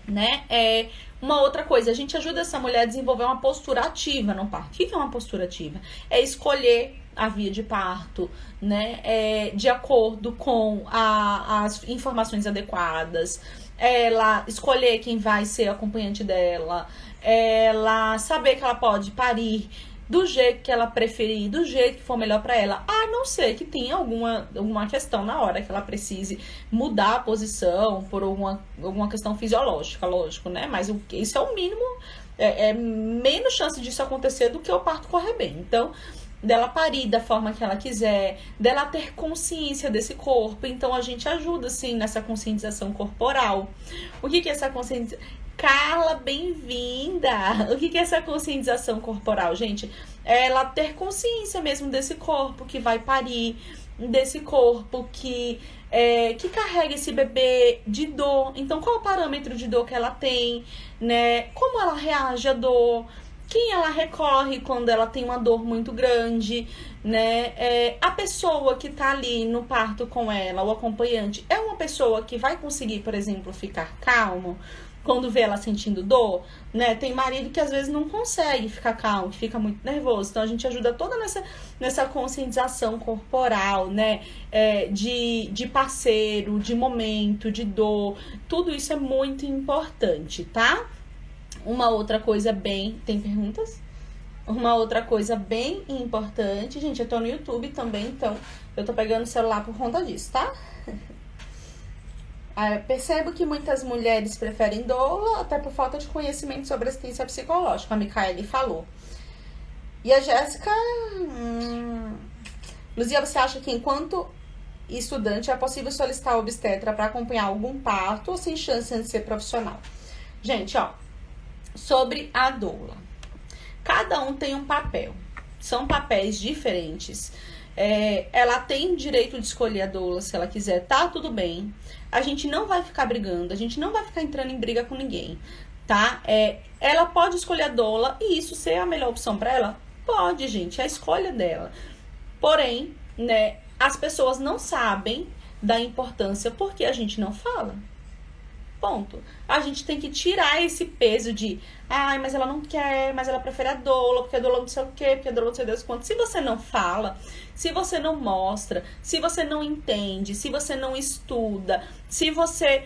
né? Uma outra coisa, a gente ajuda essa mulher a desenvolver uma postura ativa no parto. O que é uma postura ativa? É escolher a via de parto, né? De acordo com as informações adequadas. Ela escolher quem vai ser acompanhante dela. Ela saber que ela pode parir do jeito que ela preferir, do jeito que for melhor para ela, a não ser que tenha alguma questão na hora que ela precise mudar a posição por alguma questão fisiológica, lógico, né? Mas isso é o mínimo, menos chance disso acontecer do que o parto correr bem. Então, dela parir da forma que ela quiser, dela ter consciência desse corpo. Então, a gente ajuda, sim, nessa conscientização corporal. O que é essa conscientização? Carla, bem-vinda! O que é essa conscientização corporal, gente? É ela ter consciência mesmo desse corpo que vai parir, desse corpo que carrega esse bebê de dor. Então, qual é o parâmetro de dor que ela tem, né? Como ela reage à dor? Quem ela recorre quando ela tem uma dor muito grande, né? A pessoa que tá ali no parto com ela, o acompanhante, é uma pessoa que vai conseguir, por exemplo, ficar calmo quando vê ela sentindo dor, né? Tem marido que às vezes não consegue ficar calmo, que fica muito nervoso. Então a gente ajuda toda nessa conscientização corporal, né? De parceiro, de momento, de dor. Tudo isso é muito importante, tá? Uma outra coisa tem perguntas? Uma outra coisa bem importante, gente, eu tô no YouTube também, então eu tô pegando o celular por conta disso, tá? Percebo que muitas mulheres preferem doula até por falta de conhecimento sobre assistência psicológica, a Micaele falou. E a Jéssica... Luzia, você acha que enquanto estudante é possível solicitar obstetra para acompanhar algum parto ou sem chance de ser profissional? Gente, ó, sobre a doula. Cada um tem um papel. São papéis diferentes. Ela tem direito de escolher a doula se ela quiser, tá tudo bem. A gente não vai ficar brigando, a gente não vai ficar entrando em briga com ninguém, tá? Ela pode escolher a doula e isso ser a melhor opção para ela? Pode, gente, é a escolha dela. Porém, né, as pessoas não sabem da importância porque a gente não fala. Ponto. A gente tem que tirar esse peso de mas ela não quer, mas ela prefere a doula, porque a doula não sei o quê, porque a doula não sei Deus quanto. Se você não fala, se você não mostra, se você não entende, se você não estuda, se você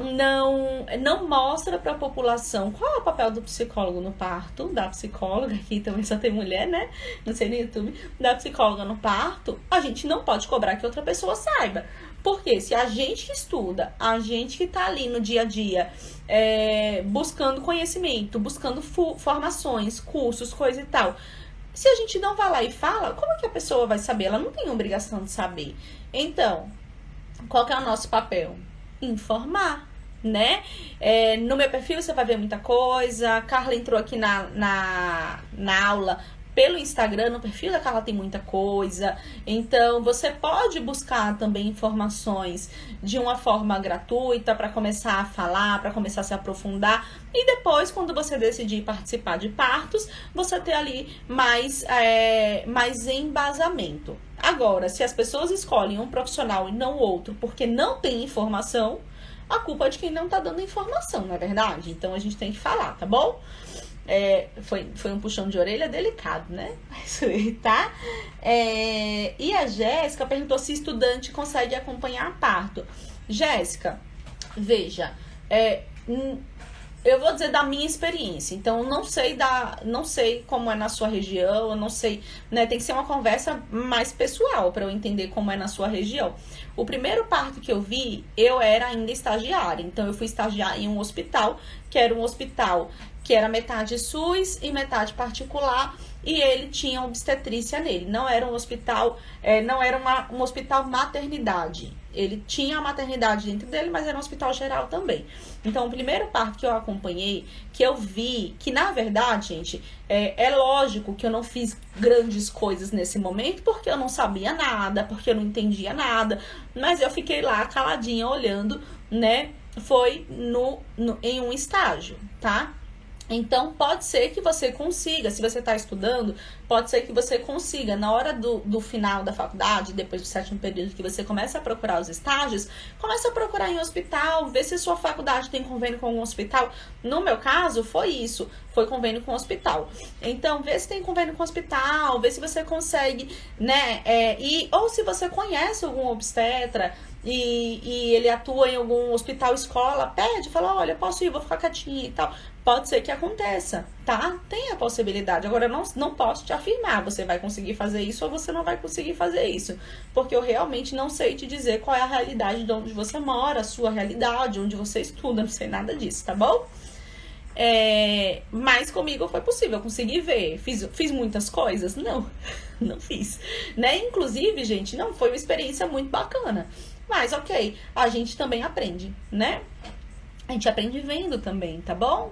não mostra para a população qual é o papel do psicólogo no parto, da psicóloga, aqui também só tem mulher, né? Não sei no YouTube, da psicóloga no parto, a gente não pode cobrar que outra pessoa saiba. Porque se a gente que estuda, a gente que tá ali no dia a dia, buscando conhecimento, buscando formações, cursos, coisa e tal, se a gente não vai lá e fala, como que a pessoa vai saber? Ela não tem obrigação de saber. Então, qual que é o nosso papel? Informar, né? No meu perfil você vai ver muita coisa. A Carla entrou aqui na aula pelo Instagram, no perfil da Carla tem muita coisa. Então, você pode buscar também informações de uma forma gratuita para começar a falar, para começar a se aprofundar. E depois, quando você decidir participar de partos, você ter ali mais embasamento. Agora, se as pessoas escolhem um profissional e não outro porque não tem informação, a culpa é de quem não tá dando informação, não é verdade? Então, a gente tem que falar, tá bom? Foi um puxão de orelha delicado, né? Isso aí, tá? E a Jéssica perguntou se estudante consegue acompanhar parto. Jéssica, veja, eu vou dizer da minha experiência. Então, não sei como é na sua região, eu não sei, né? Tem que ser uma conversa mais pessoal para eu entender como é na sua região. O primeiro parto que eu vi, eu era ainda estagiária. Então, eu fui estagiar em um hospital, que era um hospital que era metade SUS e metade particular, e ele tinha obstetrícia nele. Não era um hospital, não era um hospital maternidade. Ele tinha a maternidade dentro dele, mas era um hospital geral também. Então, o primeiro parto que eu acompanhei, que eu vi, que na verdade, gente, é lógico que eu não fiz grandes coisas nesse momento, porque eu não sabia nada, porque eu não entendia nada, mas eu fiquei lá caladinha olhando, né? Foi em um estágio, tá? Então, pode ser que você consiga, se você está estudando, pode ser que você consiga, na hora do final da faculdade, depois do 7º período, que você começa a procurar os estágios, começa a procurar em hospital, ver se sua faculdade tem convênio com algum hospital. No meu caso, foi isso, foi convênio com hospital. Então, vê se tem convênio com hospital, vê se você consegue, né, ou se você conhece algum obstetra, e ele atua em algum hospital escola, pede, fala, olha, posso ir, vou ficar quietinha e tal. Pode ser que aconteça, tá? Tem a possibilidade. Agora, eu não posso te afirmar, você vai conseguir fazer isso ou você não vai conseguir fazer isso. Porque eu realmente não sei te dizer qual é a realidade de onde você mora, a sua realidade, onde você estuda, não sei nada disso, tá bom? Mas comigo foi possível, eu consegui ver. Fiz muitas coisas? Não, não fiz. Né? Inclusive, gente, não foi uma experiência muito bacana. Mas, ok, a gente também aprende, né? A gente aprende vendo também, tá bom?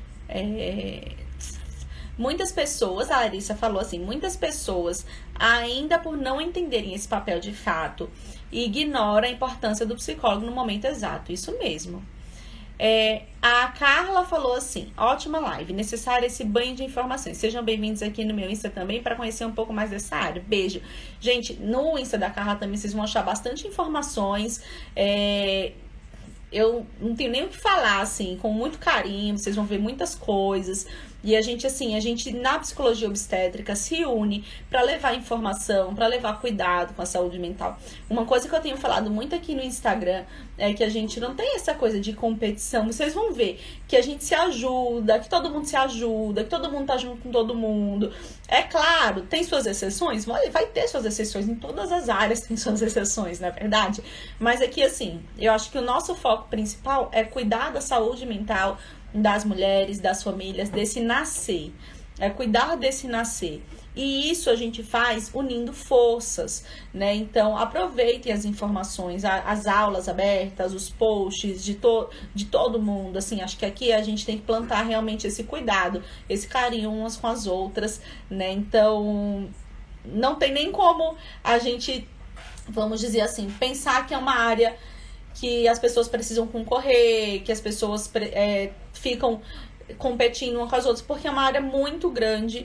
Muitas pessoas, a Larissa falou assim, muitas pessoas, ainda por não entenderem esse papel de fato, ignoram a importância do psicólogo no momento exato. Isso mesmo. A Carla falou assim, ótima live, necessário esse banho de informações. Sejam bem-vindos aqui no meu Insta também para conhecer um pouco mais dessa área. Beijo. Gente, no Insta da Carla também vocês vão achar bastante informações. Eu não tenho nem o que falar, assim, com muito carinho, vocês vão ver muitas coisas. E a gente na psicologia obstétrica se une para levar informação, para levar cuidado com a saúde mental. Uma coisa que eu tenho falado muito aqui no Instagram é que a gente não tem essa coisa de competição. Vocês vão ver que a gente se ajuda, que todo mundo se ajuda, que todo mundo tá junto com todo mundo. É claro, tem suas exceções, vai ter suas exceções, em todas as áreas tem suas exceções, não é verdade? Mas aqui, assim, eu acho que o nosso foco principal é cuidar da saúde mental das mulheres, das famílias, desse nascer, cuidar desse nascer. E isso a gente faz unindo forças, né? Então, aproveitem as informações, as aulas abertas, os posts de todo mundo, assim, acho que aqui a gente tem que plantar realmente esse cuidado, esse carinho umas com as outras, né? Então, não tem nem como a gente, vamos dizer assim, pensar que é uma área que as pessoas precisam concorrer, que as pessoas ficam competindo umas com as outras, porque é uma área muito grande,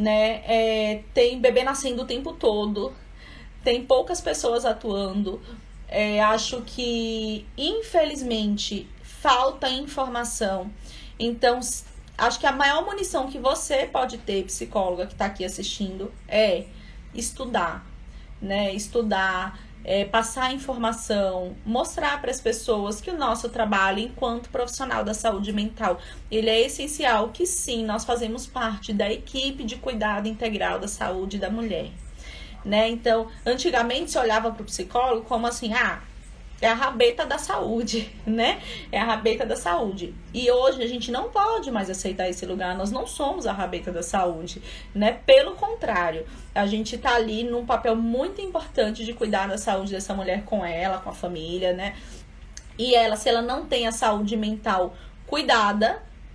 né? Tem bebê nascendo o tempo todo, tem poucas pessoas atuando. Acho que, infelizmente, falta informação. Então, acho que a maior munição que você pode ter, psicóloga que está aqui assistindo, é estudar, né? Estudar, passar informação, mostrar para as pessoas que o nosso trabalho enquanto profissional da saúde mental, ele é essencial, que sim, nós fazemos parte da equipe de cuidado integral da saúde da mulher, né? Então, antigamente se olhava para o psicólogo como assim, é a rabeta da saúde, né? É a rabeta da saúde. E hoje a gente não pode mais aceitar esse lugar, nós não somos a rabeta da saúde, né? Pelo contrário, a gente tá ali num papel muito importante de cuidar da saúde dessa mulher com ela, com a família, né? E ela, se ela não tem a saúde mental cuidada,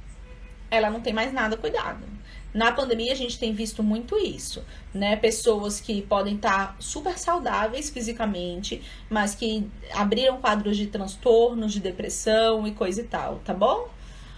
ela não tem mais nada cuidado. Na pandemia, a gente tem visto muito isso, né? Pessoas que podem estar super saudáveis fisicamente, mas que abriram quadros de transtornos, de depressão e coisa e tal, tá bom?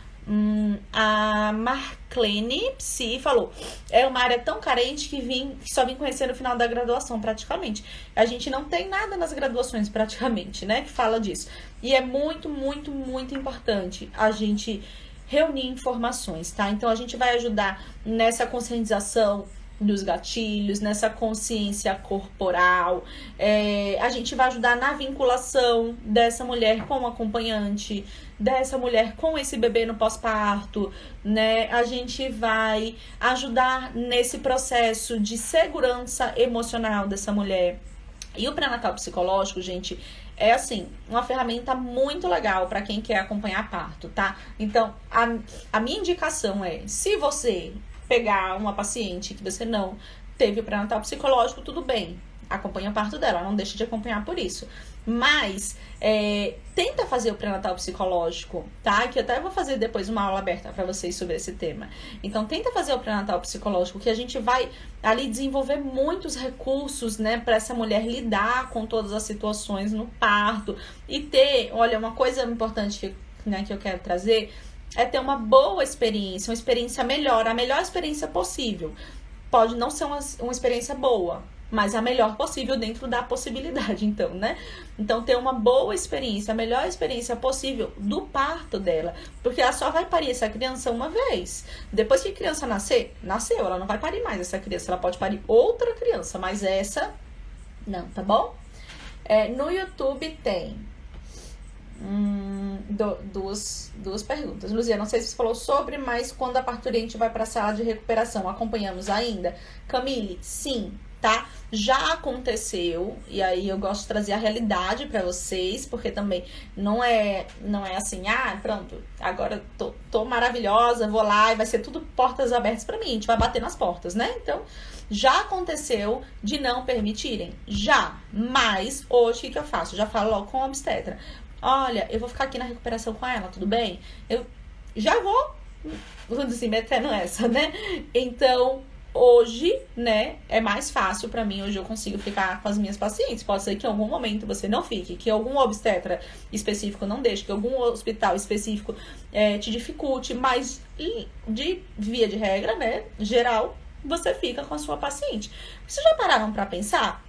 A Marclene Psi falou, é uma área tão carente que só vim conhecer no final da graduação, praticamente. A gente não tem nada nas graduações, praticamente, né? Que fala disso. E é muito, muito, muito importante a gente reunir informações, tá? Então, a gente vai ajudar nessa conscientização dos gatilhos, nessa consciência corporal, a gente vai ajudar na vinculação dessa mulher com o acompanhante, dessa mulher com esse bebê no pós-parto, né? A gente vai ajudar nesse processo de segurança emocional dessa mulher. E o pré-natal psicológico, gente, é assim, uma ferramenta muito legal para quem quer acompanhar parto, tá? Então, a minha indicação é, se você pegar uma paciente que você não teve o pré-natal psicológico, tudo bem, acompanha o parto dela, não deixa de acompanhar por isso. Mas, tenta fazer o pré-natal psicológico, tá? Que eu até vou fazer depois uma aula aberta para vocês sobre esse tema. Então, tenta fazer o pré-natal psicológico, que a gente vai ali desenvolver muitos recursos, né? Para essa mulher lidar com todas as situações no parto. E ter, olha, uma coisa importante que eu quero trazer, é ter uma boa experiência, uma experiência melhor, a melhor experiência possível. Pode não ser uma experiência boa, mas a melhor possível dentro da possibilidade, então, né? Então, ter uma boa experiência, a melhor experiência possível do parto dela. Porque ela só vai parir essa criança uma vez. Depois que a criança nasceu, ela não vai parir mais essa criança. Ela pode parir outra criança, mas essa não, tá bom? No YouTube tem duas perguntas. Luzia, não sei se você falou sobre, mas quando a parturiente vai para a sala de recuperação, acompanhamos ainda? Camille, sim, tá? Já aconteceu, e aí eu gosto de trazer a realidade para vocês, porque também não é assim, pronto, agora tô maravilhosa, vou lá e vai ser tudo portas abertas para mim, a gente vai bater nas portas, né? Então, já aconteceu de não permitirem? Já, mas hoje o que eu faço? Já falo logo com a obstetra. Olha, eu vou ficar aqui na recuperação com ela, tudo bem? Eu já vamos dizer, metendo essa, né? Então, hoje, né, é mais fácil pra mim, hoje eu consigo ficar com as minhas pacientes. Pode ser que em algum momento você não fique, que algum obstetra específico não deixe, que algum hospital específico te dificulte, mas de via de regra, né, geral, você fica com a sua paciente. Vocês já pararam pra pensar?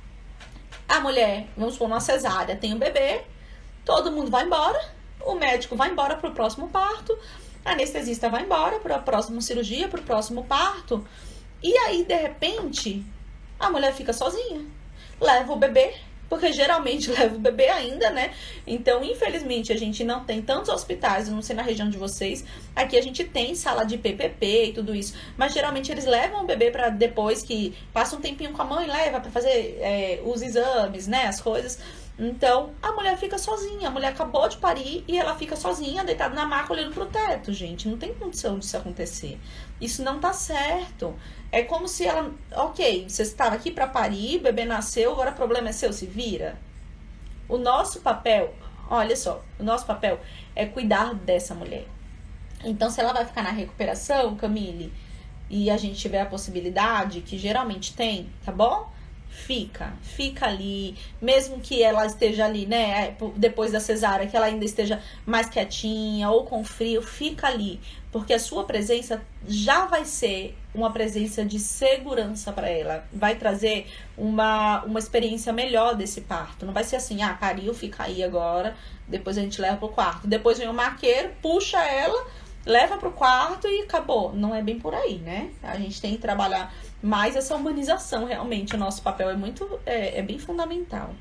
A mulher, vamos supor, uma cesárea, tem um bebê, todo mundo vai embora, o médico vai embora pro próximo parto, a anestesista vai embora para a próxima cirurgia, pro próximo parto. E aí, de repente, a mulher fica sozinha. Leva o bebê, porque geralmente leva o bebê ainda, né? Então, infelizmente, a gente não tem tantos hospitais, eu não sei na região de vocês. Aqui a gente tem sala de PPP e tudo isso. Mas geralmente eles levam o bebê para depois que passa um tempinho com a mãe, leva para fazer os exames, né? As coisas. Então, a mulher fica sozinha. A mulher acabou de parir e ela fica sozinha, deitada na maca, olhando pro teto, gente. Não tem condição disso acontecer. Isso não tá certo. É como se ela... Ok, você estava aqui para parir, o bebê nasceu, agora o problema é seu, se vira. O nosso papel, olha só, o nosso papel é cuidar dessa mulher. Então, se ela vai ficar na recuperação, Camille, e a gente tiver a possibilidade, que geralmente tem, tá bom? Fica ali, mesmo que ela esteja ali, né, depois da cesárea, que ela ainda esteja mais quietinha ou com frio, fica ali, porque a sua presença já vai ser uma presença de segurança para ela, vai trazer uma experiência melhor desse parto, não vai ser assim, pariu, fica aí agora, depois a gente leva pro quarto, depois vem o marqueiro, puxa ela, leva pro quarto e acabou, não é bem por aí, né, a gente tem que trabalhar mais essa humanização, realmente, o nosso papel é bem fundamental.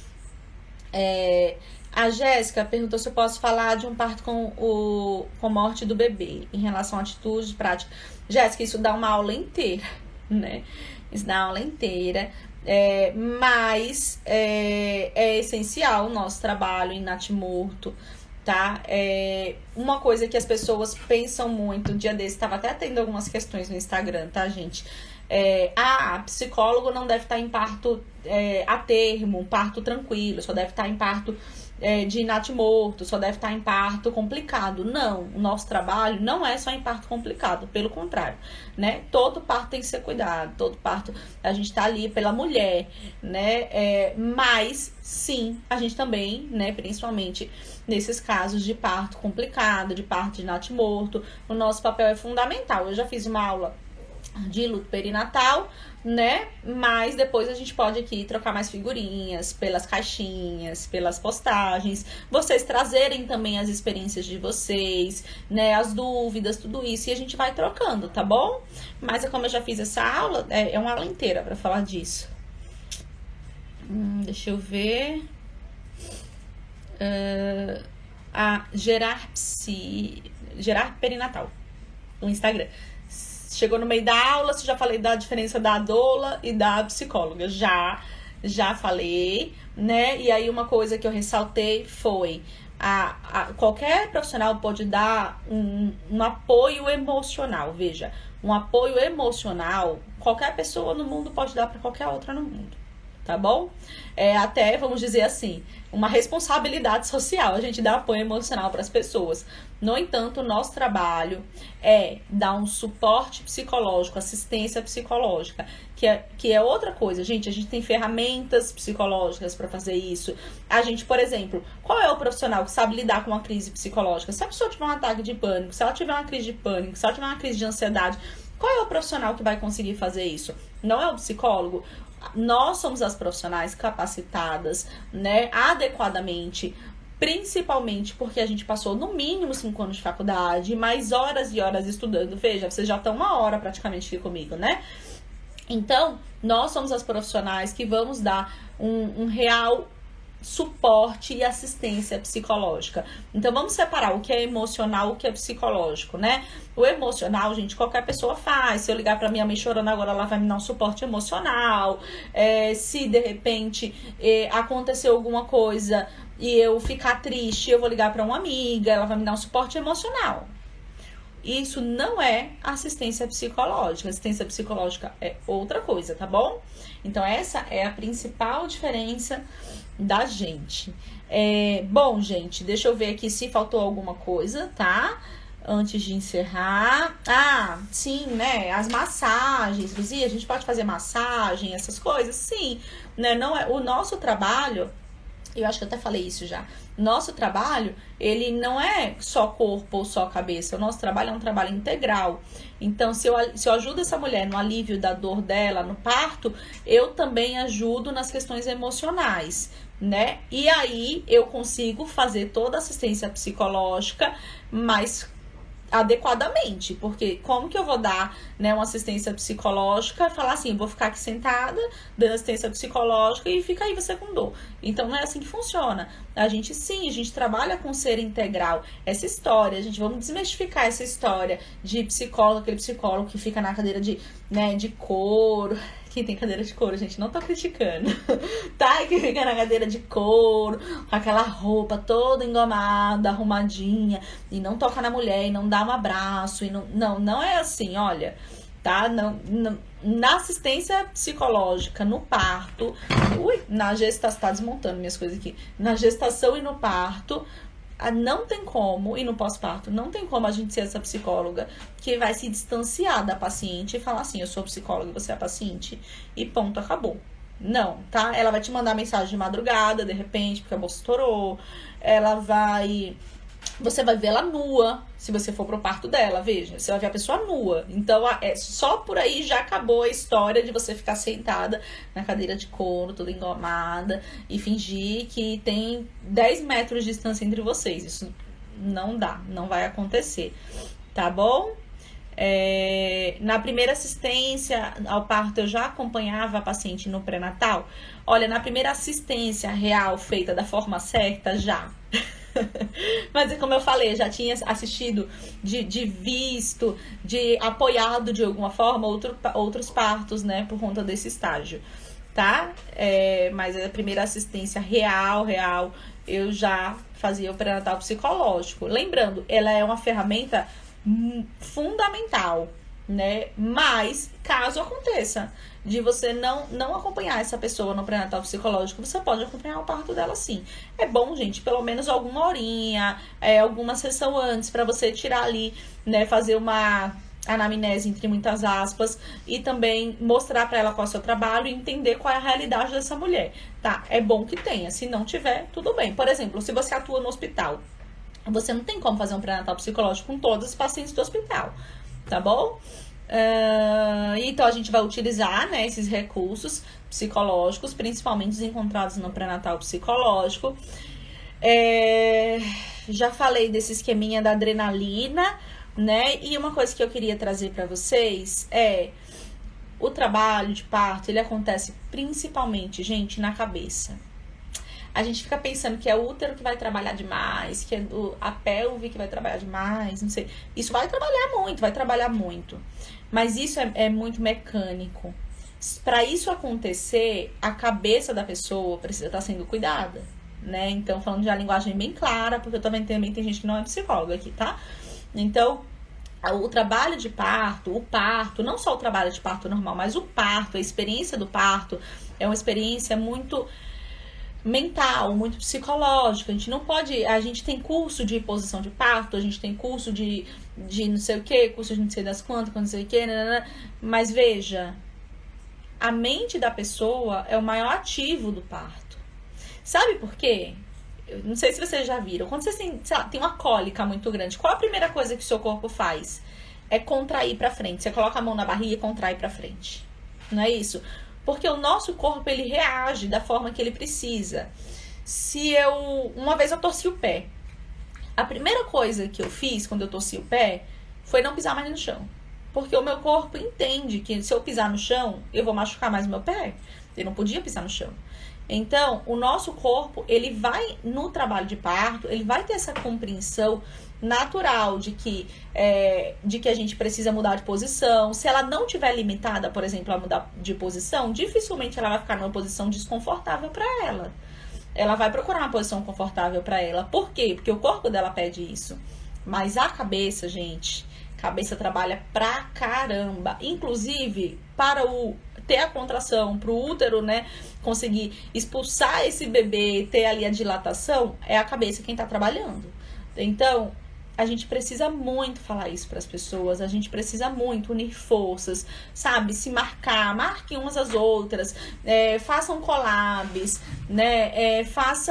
A Jéssica perguntou se eu posso falar de um parto com morte do bebê, em relação à atitude prática. Jéssica, isso dá uma aula inteira, né? Isso dá uma aula inteira, mas é essencial o nosso trabalho em natimorto, tá? Uma coisa que as pessoas pensam muito, um dia desse, estava até tendo algumas questões no Instagram, tá, gente? Psicólogo não deve estar em parto a termo, um parto tranquilo, só deve estar em parto de natimorto, só deve estar em parto complicado. Não, o nosso trabalho não é só em parto complicado, pelo contrário, né? Todo parto tem que ser cuidado, todo parto a gente tá ali pela mulher, né? Mas sim, a gente também, né, principalmente nesses casos de parto complicado, de parto de natimorto, o nosso papel é fundamental. Eu já fiz uma aula de luto perinatal, né? Mas depois a gente pode aqui trocar mais figurinhas pelas caixinhas, pelas postagens, vocês trazerem também as experiências de vocês, né? As dúvidas, tudo isso, e a gente vai trocando, tá bom? Mas como eu já fiz essa aula, é uma aula inteira para falar disso. Deixa eu ver. Gerar perinatal no Instagram. Chegou no meio da aula, já falei da diferença da doula e da psicóloga. Já falei, né? E aí uma coisa que eu ressaltei foi qualquer profissional pode dar um apoio emocional. Veja, um apoio emocional qualquer pessoa no mundo pode dar para qualquer outra no mundo, tá bom? É até, vamos dizer assim, uma responsabilidade social, a gente dá apoio emocional para as pessoas. No entanto, o nosso trabalho é dar um suporte psicológico, assistência psicológica, que é outra coisa. A gente tem ferramentas psicológicas para fazer isso. A gente, por exemplo, qual é o profissional que sabe lidar com uma crise psicológica? Se a pessoa tiver um ataque de pânico, se ela tiver uma crise de pânico, se ela tiver uma crise de ansiedade, qual é o profissional que vai conseguir fazer isso? Não é o psicólogo? Nós somos as profissionais capacitadas, né, adequadamente, principalmente porque a gente passou no mínimo 5 anos de faculdade, mais horas e horas estudando. Veja, vocês já estão 1 hora praticamente aqui comigo, né? Então, nós somos as profissionais que vamos dar um real suporte e assistência psicológica. Então vamos separar o que é emocional, o que é psicológico, né? O emocional, gente, qualquer pessoa faz. Se eu ligar pra minha mãe chorando agora, ela vai me dar um suporte emocional. Se de repente aconteceu alguma coisa e eu ficar triste, eu vou ligar pra uma amiga, ela vai me dar um suporte emocional. Isso não é assistência psicológica. Assistência psicológica é outra coisa, tá bom? Então essa é a principal diferença da gente. Bom, gente, deixa eu ver aqui se faltou alguma coisa, tá? Antes de encerrar. Ah, sim, né? As massagens, Luzia, a gente pode fazer massagem, essas coisas? Sim, né? Não é o nosso trabalho. Eu acho que eu até falei isso já. Nosso trabalho, ele não é só corpo ou só cabeça. O nosso trabalho é um trabalho integral. Então, se eu ajudo essa mulher no alívio da dor dela, no parto, eu também ajudo nas questões emocionais, né? E aí, eu consigo fazer toda a assistência psicológica, mas adequadamente, porque como que eu vou dar, né, uma assistência psicológica, falar assim, vou ficar aqui sentada dando assistência psicológica e fica aí você com dor. Então não é assim que funciona. A gente trabalha com ser integral. Essa história, vamos desmistificar essa história de psicólogo, aquele psicólogo que fica na cadeira de couro. Quem tem cadeira de couro, gente, não tô criticando, tá? Que fica na cadeira de couro, com aquela roupa toda engomada, arrumadinha, e não toca na mulher, e não dá um abraço, e não é assim, olha, tá? Na assistência psicológica, no parto, na gestação, tá desmontando minhas coisas aqui, na gestação e no parto, não tem como, e no pós-parto, não tem como a gente ser essa psicóloga que vai se distanciar da paciente e falar assim, eu sou psicóloga e você é a paciente, e ponto, acabou. Não, tá? Ela vai te mandar mensagem de madrugada, de repente, porque a bolsa estourou. Você vai ver ela nua, se você for pro parto dela, veja, você vai ver a pessoa nua. Então, só por aí já acabou a história de você ficar sentada na cadeira de couro, toda engomada, e fingir que tem 10 metros de distância entre vocês. Isso não dá, não vai acontecer, tá bom? Na primeira assistência ao parto, eu já acompanhava a paciente no pré-natal. Olha, na primeira assistência real feita da forma certa, já. Mas como eu falei, já tinha assistido de visto, de apoiado de alguma forma outros partos, né, por conta desse estágio, tá? Mas a primeira assistência real, eu já fazia o pré-natal psicológico. Lembrando, ela é uma ferramenta fundamental, né? Mas, caso aconteça de você não acompanhar essa pessoa no pré-natal psicológico, você pode acompanhar o parto dela sim. É bom, gente, pelo menos alguma horinha, alguma sessão antes, pra você tirar ali, né, fazer uma anamnese, entre muitas aspas, e também mostrar pra ela qual é o seu trabalho e entender qual é a realidade dessa mulher, tá? É bom que tenha, se não tiver, tudo bem. Por exemplo, se você atua no hospital, você não tem como fazer um pré-natal psicológico com todos os pacientes do hospital, tá bom? Então a gente vai utilizar, né, esses recursos psicológicos, principalmente os encontrados no pré-natal psicológico. Já falei desse esqueminha da adrenalina, né? E uma coisa que eu queria trazer para vocês é o trabalho de parto, ele acontece principalmente, gente, na cabeça. A gente fica pensando que é o útero que vai trabalhar demais, que é a pelve que vai trabalhar demais, não sei. Isso vai trabalhar muito. Mas isso é muito mecânico. Para isso acontecer, a cabeça da pessoa precisa estar sendo cuidada, né? Então, falando de uma linguagem bem clara, porque eu também tem gente que não é psicóloga aqui, tá? Então, o trabalho de parto, não só o trabalho de parto normal, mas o parto, a experiência do parto, É uma experiência muito mental, muito psicológica. A gente não pode... A gente tem curso de posição de parto, a gente tem curso de não sei o que, curso de não sei das quantas, não sei o que, mas veja, a mente da pessoa é o maior ativo do parto. Sabe por quê? Eu não sei se vocês já viram. Quando você tem, sei lá, tem uma cólica muito grande, qual a primeira coisa que o seu corpo faz? É contrair pra frente. Você coloca a mão na barriga e contrai pra frente. Não é isso? Porque o nosso corpo, ele reage da forma que ele precisa. Uma vez eu torci o pé. A primeira coisa que eu fiz quando eu torci o pé foi não pisar mais no chão. Porque o meu corpo entende que se eu pisar no chão, eu vou machucar mais o meu pé. Eu não podia pisar no chão. Então, o nosso corpo, ele vai, no trabalho de parto, ele vai ter essa compreensão natural de que a gente precisa mudar de posição. Se ela não tiver limitada, por exemplo, a mudar de posição, dificilmente ela vai ficar numa posição desconfortável para ela. Ela vai procurar uma posição confortável para ela. Por quê? Porque o corpo dela pede isso. Mas a cabeça, gente, a cabeça trabalha pra caramba. Inclusive, para ter a contração, para o útero, né, conseguir expulsar esse bebê, ter ali a dilatação, é a cabeça quem tá trabalhando. Então, a gente precisa muito falar isso para as pessoas, a gente precisa muito unir forças, sabe? Se marquem umas às outras, façam collabs, né?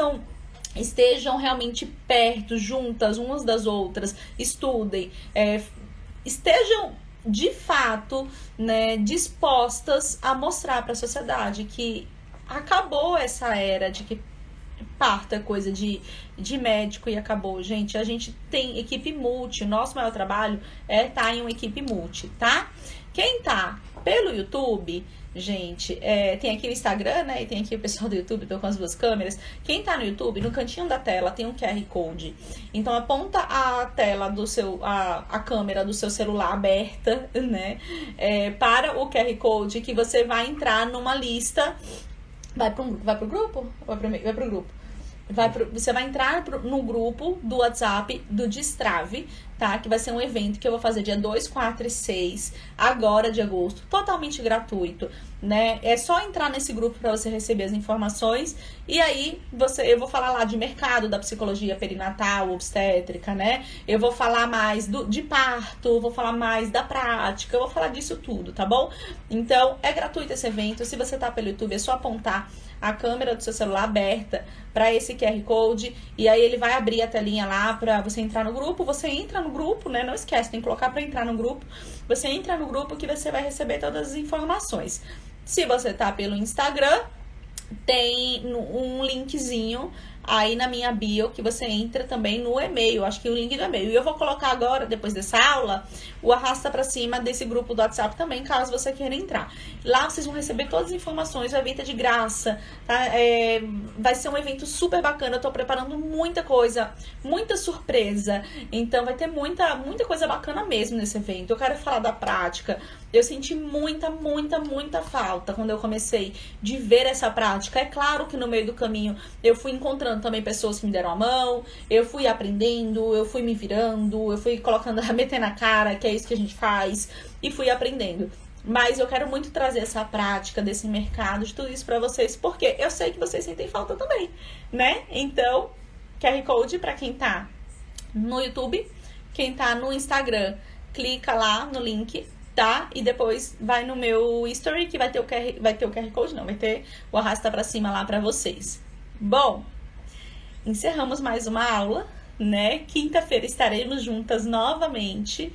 Estejam realmente perto, juntas umas das outras, estudem, estejam de fato, né, dispostas a mostrar para a sociedade que acabou essa era de que parto é coisa de médico e acabou. Gente, a gente tem equipe multi. O nosso maior trabalho é estar em uma equipe multi, tá? Quem tá pelo YouTube, gente, tem aqui o Instagram, né? E tem aqui o pessoal do YouTube, tô com as duas câmeras. Quem tá no YouTube, no cantinho da tela tem um QR Code. Então aponta a tela do seu, a câmera do seu celular aberta, né? Para o QR Code, que você vai entrar numa lista. Vai pro grupo? Vai pro grupo. Você vai entrar no grupo do WhatsApp do Destrave, tá? Que vai ser um evento que eu vou fazer dia 2, 4 e 6, agora de agosto, totalmente gratuito, né? É só entrar nesse grupo para você receber as informações. E aí, eu vou falar lá de mercado, da psicologia perinatal, obstétrica, né? Eu vou falar mais de parto, vou falar mais da prática, eu vou falar disso tudo, tá bom? Então, é gratuito esse evento. Se você tá pelo YouTube, é só apontar a câmera do seu celular aberta para esse QR Code e aí ele vai abrir a telinha lá para você entrar no grupo. Você entra no grupo, né? Não esquece, tem que colocar para entrar no grupo. Você entra no grupo que você vai receber todas as informações. Se você tá pelo Instagram, tem um linkzinho aí na minha bio que você entra também no e-mail, acho que o link do e-mail. E eu vou colocar agora, depois dessa aula, o arrasta pra cima desse grupo do WhatsApp também, caso você queira entrar. Lá vocês vão receber todas as informações, o evento é de graça, tá? Vai ser um evento super bacana, eu tô preparando muita coisa, muita surpresa, então vai ter muita coisa bacana mesmo nesse evento. Eu quero falar da prática. Eu senti muita falta quando eu comecei de ver essa prática. É claro que no meio do caminho eu fui encontrando também pessoas que me deram a mão, eu fui aprendendo, eu fui me virando, eu fui colocando a meter na cara, que é isso que a gente faz, e fui aprendendo. Mas eu quero muito trazer essa prática desse mercado, de tudo isso pra vocês, porque eu sei que vocês sentem falta também, né? Então, QR Code pra quem tá no YouTube, quem tá no Instagram, clica lá no link, tá? E depois vai no meu story que vai ter o QR Code, não, vai ter o arrasta pra cima lá pra vocês. Bom, encerramos mais uma aula, né? Quinta-feira estaremos juntas novamente.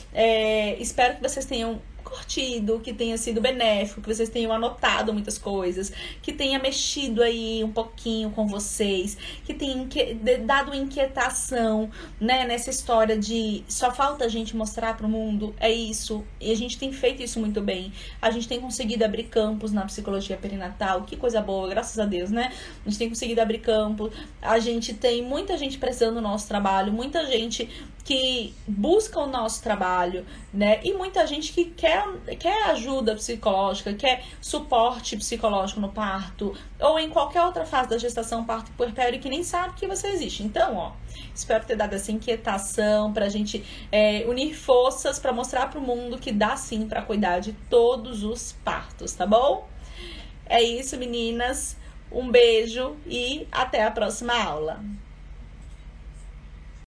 Espero que vocês tenham curtido, que tenha sido benéfico, que vocês tenham anotado muitas coisas, que tenha mexido aí um pouquinho com vocês, que tenha dado inquietação, né, nessa história de só falta a gente mostrar pro mundo, é isso, e a gente tem feito isso muito bem, a gente tem conseguido abrir campos na psicologia perinatal, que coisa boa, graças a Deus, né, a gente tem conseguido abrir campos, a gente tem muita gente precisando do nosso trabalho, muita gente que busca o nosso trabalho, né, e muita gente que quer ajuda psicológica, quer suporte psicológico no parto, ou em qualquer outra fase da gestação, parto e puerpério, que nem sabe que você existe. Então, ó, espero ter dado essa inquietação pra gente unir forças pra mostrar pro mundo que dá sim pra cuidar de todos os partos, tá bom? É isso, meninas. Um beijo e até a próxima aula.